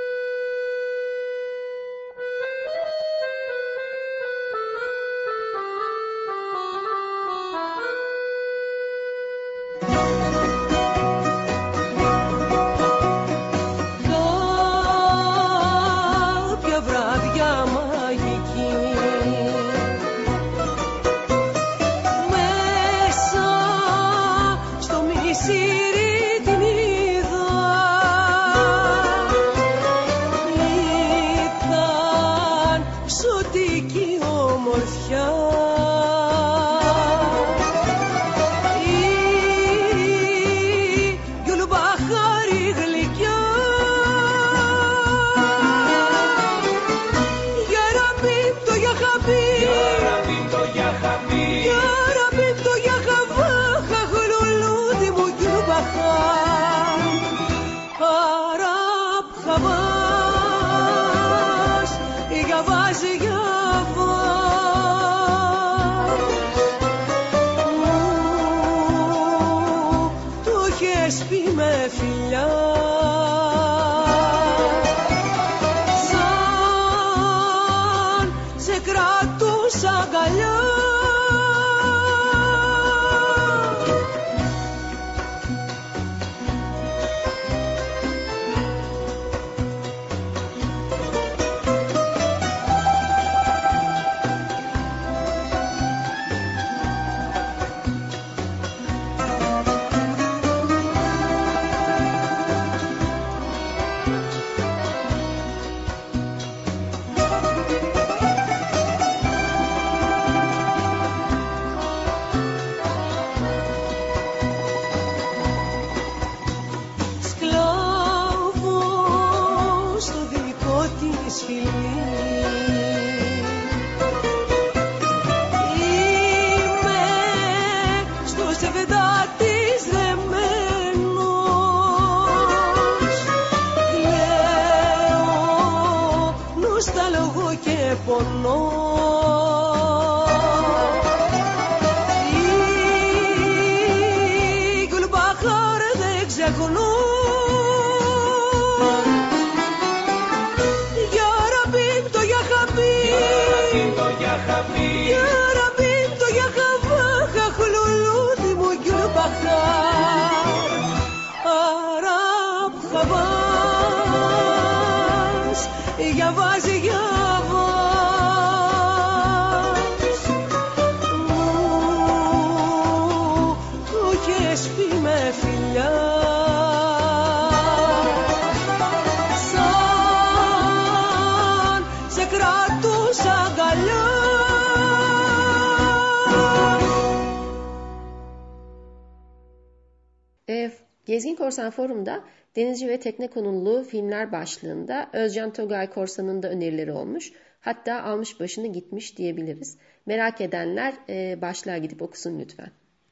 Gezgin Korsan Forum'da denizci ve tekne konulu filmler başlığında Özcan Togay Korsan'ın da önerileri olmuş. Hatta almış başını gitmiş diyebiliriz. Merak edenler başlığa gidip okusun lütfen.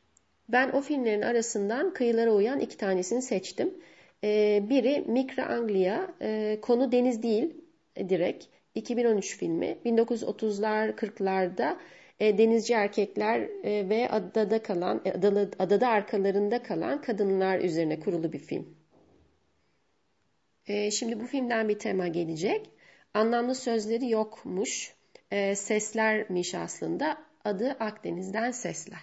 Ben o filmlerin arasından kıyılara uyan 2 tanesini seçtim. Biri Micra Anglia, konu deniz değil direkt. 2013 filmi. 1930'lar 40'larda denizci erkekler ve adada kalan, adada arkalarında kalan kadınlar üzerine kurulu bir film. Şimdi bu filmden bir tema gelecek. Anlamlı sözleri yokmuş. Seslermiş aslında. Adı Akdeniz'den Sesler.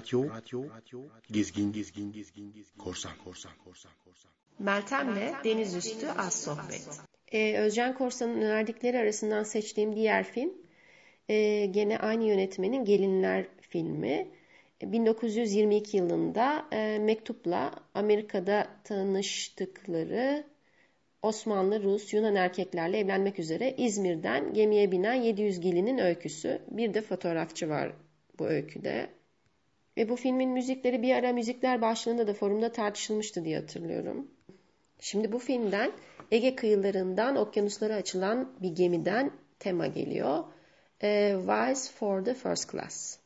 Gezgin Korsan. Meltem'le Deniz Üstü Az Sohbet. Özcan Korsan'ın önerdikleri arasından seçtiğim diğer film gene aynı yönetmenin Gelinler filmi. 1922 yılında mektupla Amerika'da tanıştıkları Osmanlı, Rus, Yunan erkeklerle evlenmek üzere İzmir'den gemiye binen 700 gelinin öyküsü. Bir de fotoğrafçı var bu öyküde. Ve bu filmin müzikleri bir ara müzikler başlığında da forumda tartışılmıştı diye hatırlıyorum. Şimdi bu filmden Ege kıyılarından okyanuslara açılan bir gemiden tema geliyor. Vice for the First Class.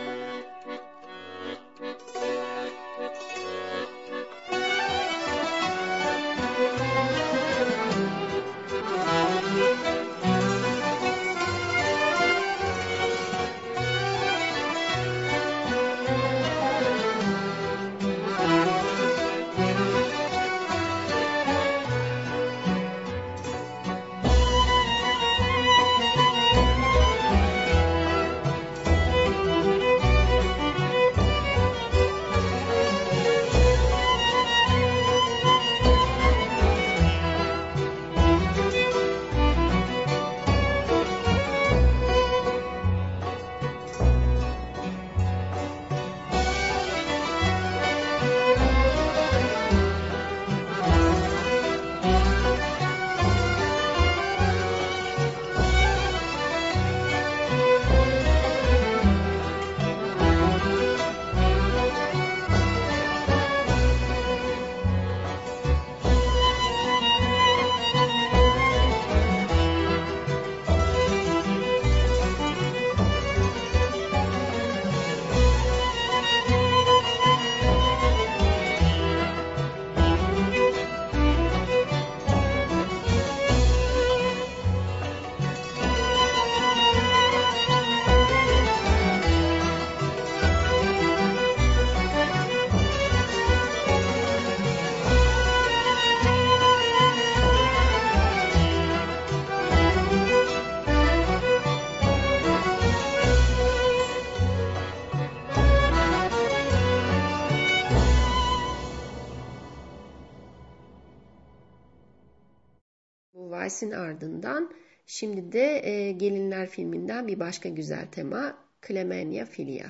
Vice'in ardından şimdi de Gelinler filminden bir başka güzel tema Clemenia Filia.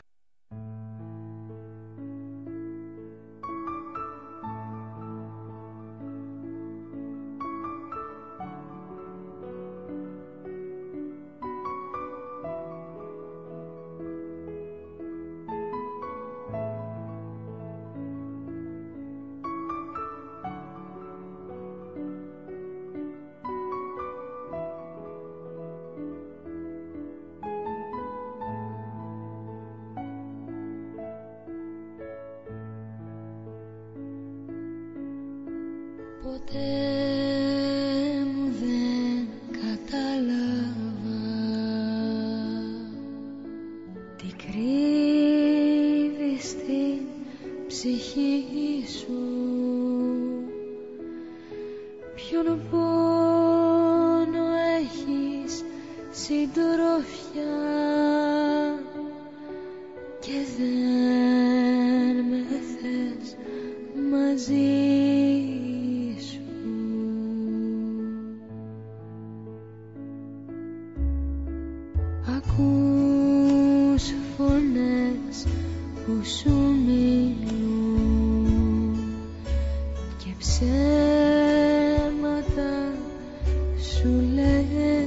Ποτέ μου δεν κατάλαβα τι κρύβεις στην ψυχή σου, ποιον πόνο έχεις συντροφιά και δεν με θες μαζί. Ακούς φωνές που σου μιλούν και ψέματα σου λένε.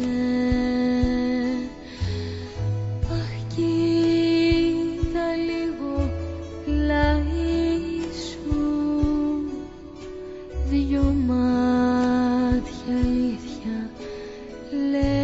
Αχ, κοίτα λίγο πλάι σου, δυο μάτια αλήθεια λένε.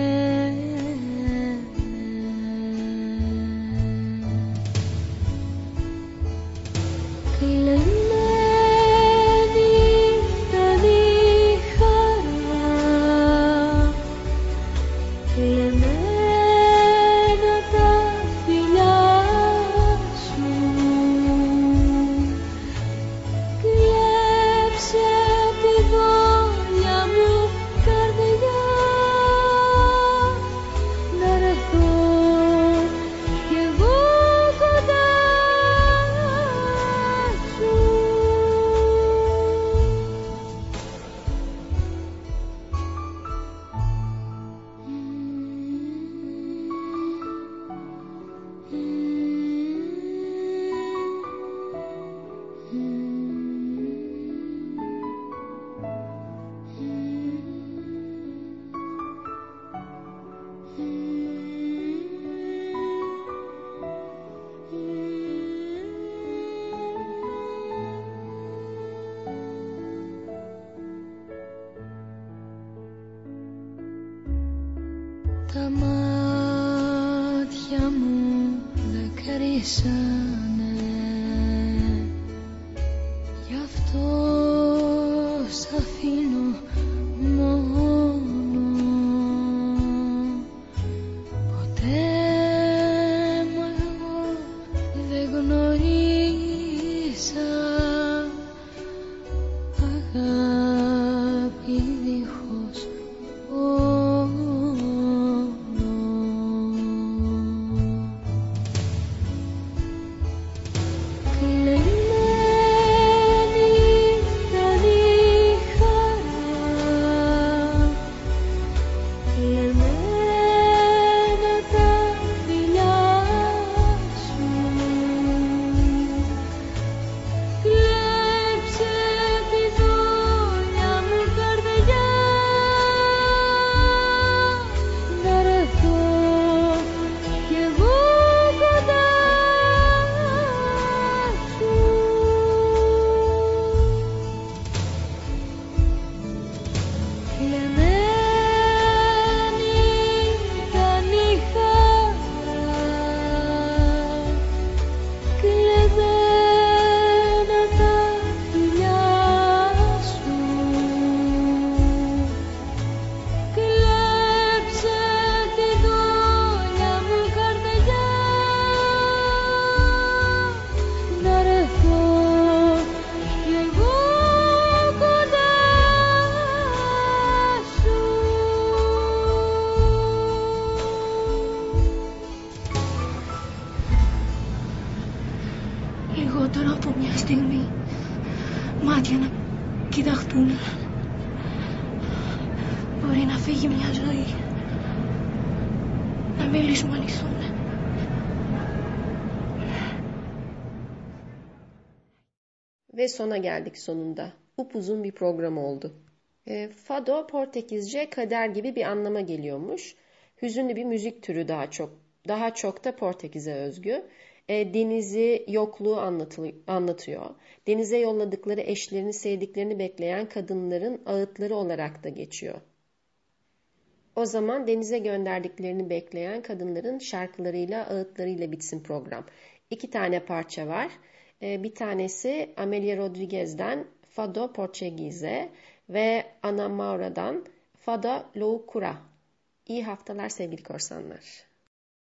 Τα μάτια μου δακρύσανε, γι' αυτό σ' αφήνω μόνο. Ποτέ μου εγώ δεν γνωρίσα αγάπη δίχως λιγότερο από μια στιγμή μάτια να κοιταχτούν. Μπορεί να φύγει μια ζωή, να μην λησμονηθούν. Ve sona geldik sonunda. Upuzun bir program oldu. Fado Portekizce kader gibi bir anlama geliyormuş. Hüzünlü bir müzik türü daha çok da Portekiz'e özgü. Denizi, yokluğu anlatıyor. Denize yolladıkları eşlerini, sevdiklerini bekleyen kadınların ağıtları olarak da geçiyor. O zaman denize gönderdiklerini bekleyen kadınların şarkılarıyla, ağıtlarıyla bitsin program. 2 tane parça var. Bir tanesi Amelia Rodriguez'den Fado Portegize ve Ana Maura'dan Fado Loucura. İyi haftalar sevgili korsanlar.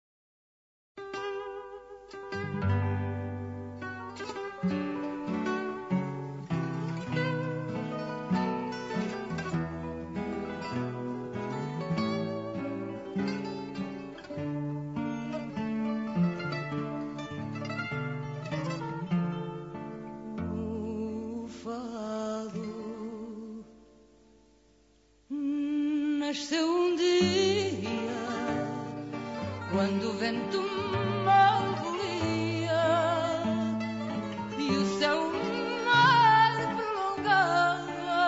Nasceu dia quando o vento mal volia e o céu mar prolongava.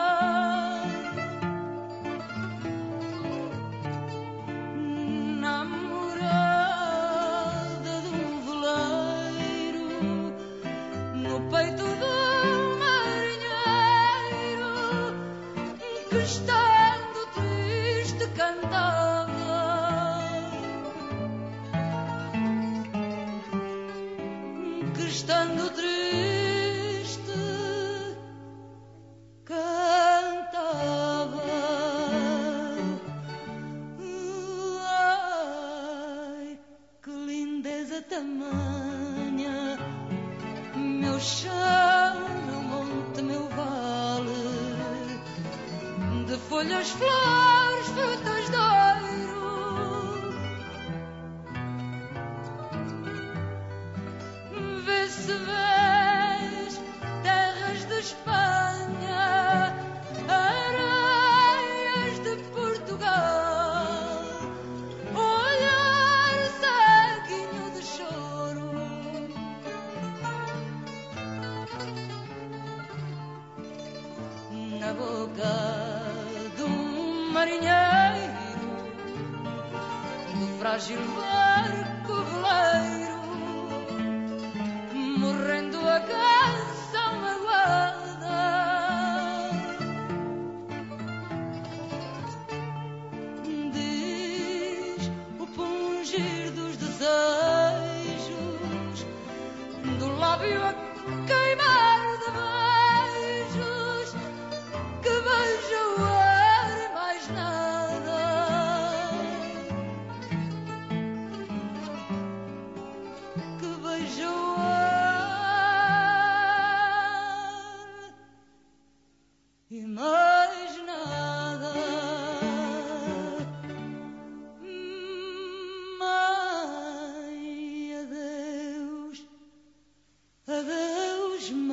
Namorada de veleiro no peito do marinheiro que está estando triste cantava. Ai, que lindeza tamanha, meu chão, meu monte, meu vale, de folhas, flores, frutas de ouro. Se vês terras de Espanha, areias de Portugal, olhar ceguinho de choro, na boca de marinheiro, do frágil barco veleiro, morrendo a canção magoada. Diz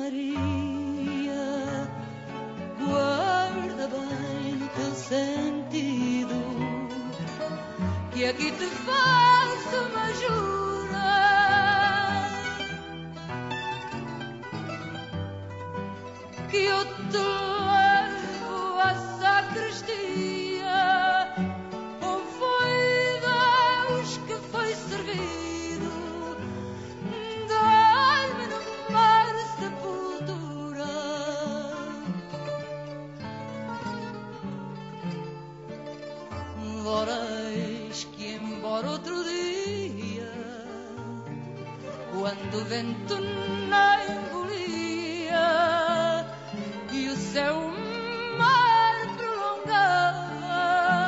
Maria, guarda bem no teu sentido, que aqui te faço uma jura, que eu te levo à sacristia, onde foi Deus que foi servido, dá-me no mar sepultura. Voreis que embora outro dia, quando o vento não engolia e o céu mar prolongava,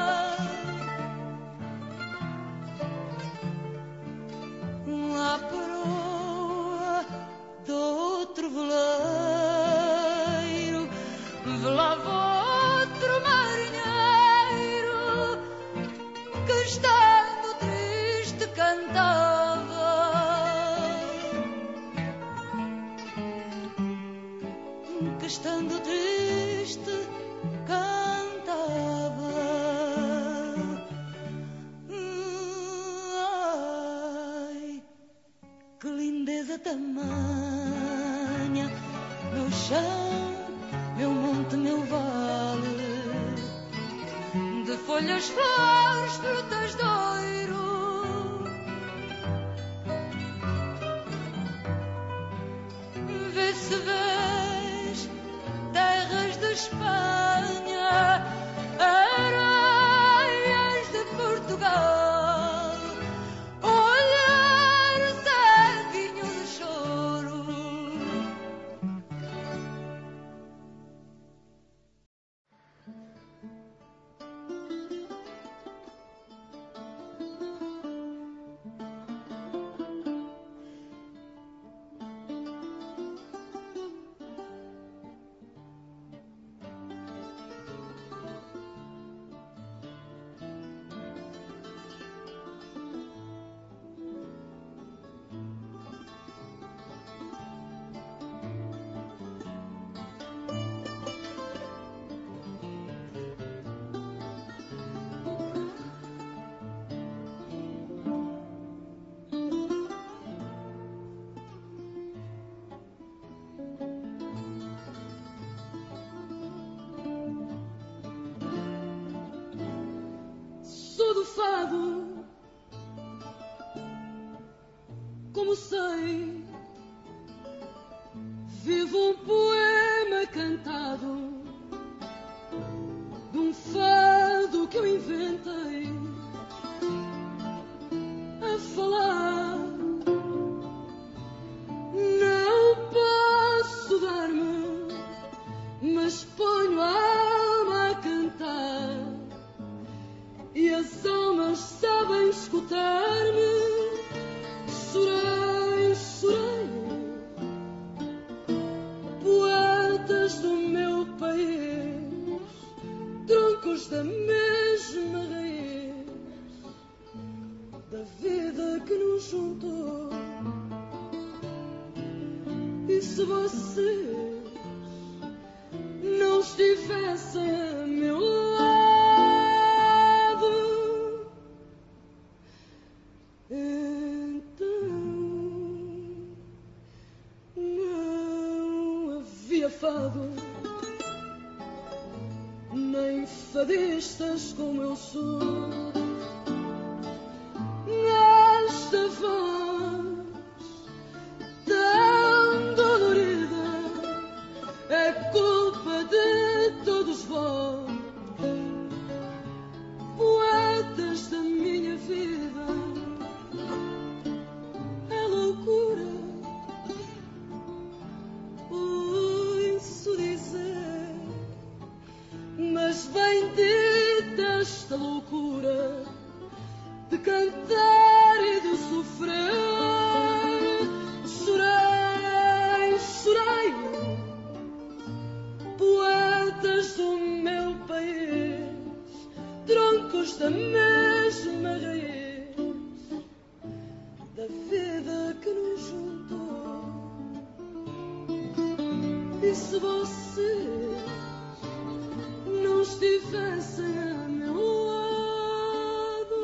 a proa do outro veleiro velava outro marinheiro que estando triste cantava, que estando triste cantava. Ai, que lindeza tamanha, meu chão, meu monte, meu vale, de folhas, flores, frutas de ouro. Vê se vês terras de Espanha, areias de Portugal, olhar ceguinho de choro. Sou do fado, como sei, vivo um poema cantado, de um fado que eu inventei, a falar. Não posso dar-me, mas ponho a alma a cantar, e as almas sabem escutar-me. Sorei, sorei, poetas do meu país, troncos da mesma raiz, da vida que nos juntou. E se vocês não estivessem a meu lado, então não havia fado, nem fadistas como eu sou. Nesta voz tão dolorida é culpa de todos vós, poetas da minha vida. É loucura, ouço dizer, mas bendita esta loucura de cantar e de sofrer. Chorei, chorei, poetas do meu país, troncos da mesma raiz, da vida que nos juntou. E se você não estivesse a meu lado,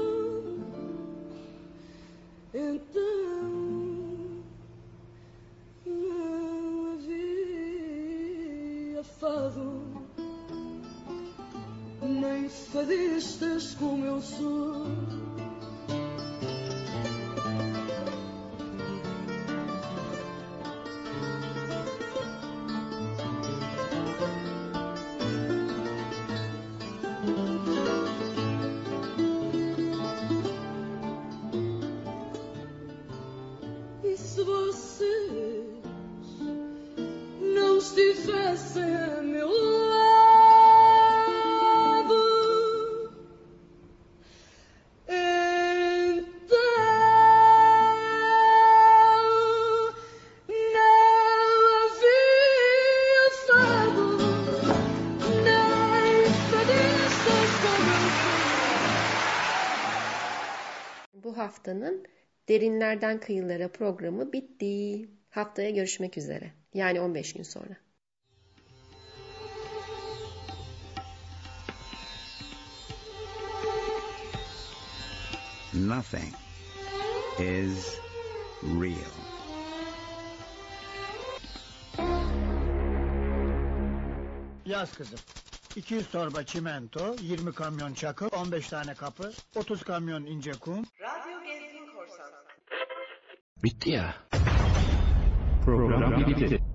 então não havia fado, nem fadistas como eu sou. E se vocês não estivessem a meu lado, então não havia fado, nem fadistas como eu sou. Bu haftanın Derinlerden Kıyılara programı bitti. Haftaya görüşmek üzere. Yani 15 gün sonra. Nothing is real. Yaz kızım. 200 torba çimento, 20 kamyon çakıl, 15 tane kapı, 30 kamyon ince kum. Radyo Gezgin Korsan. Bitti ya. Program bitti.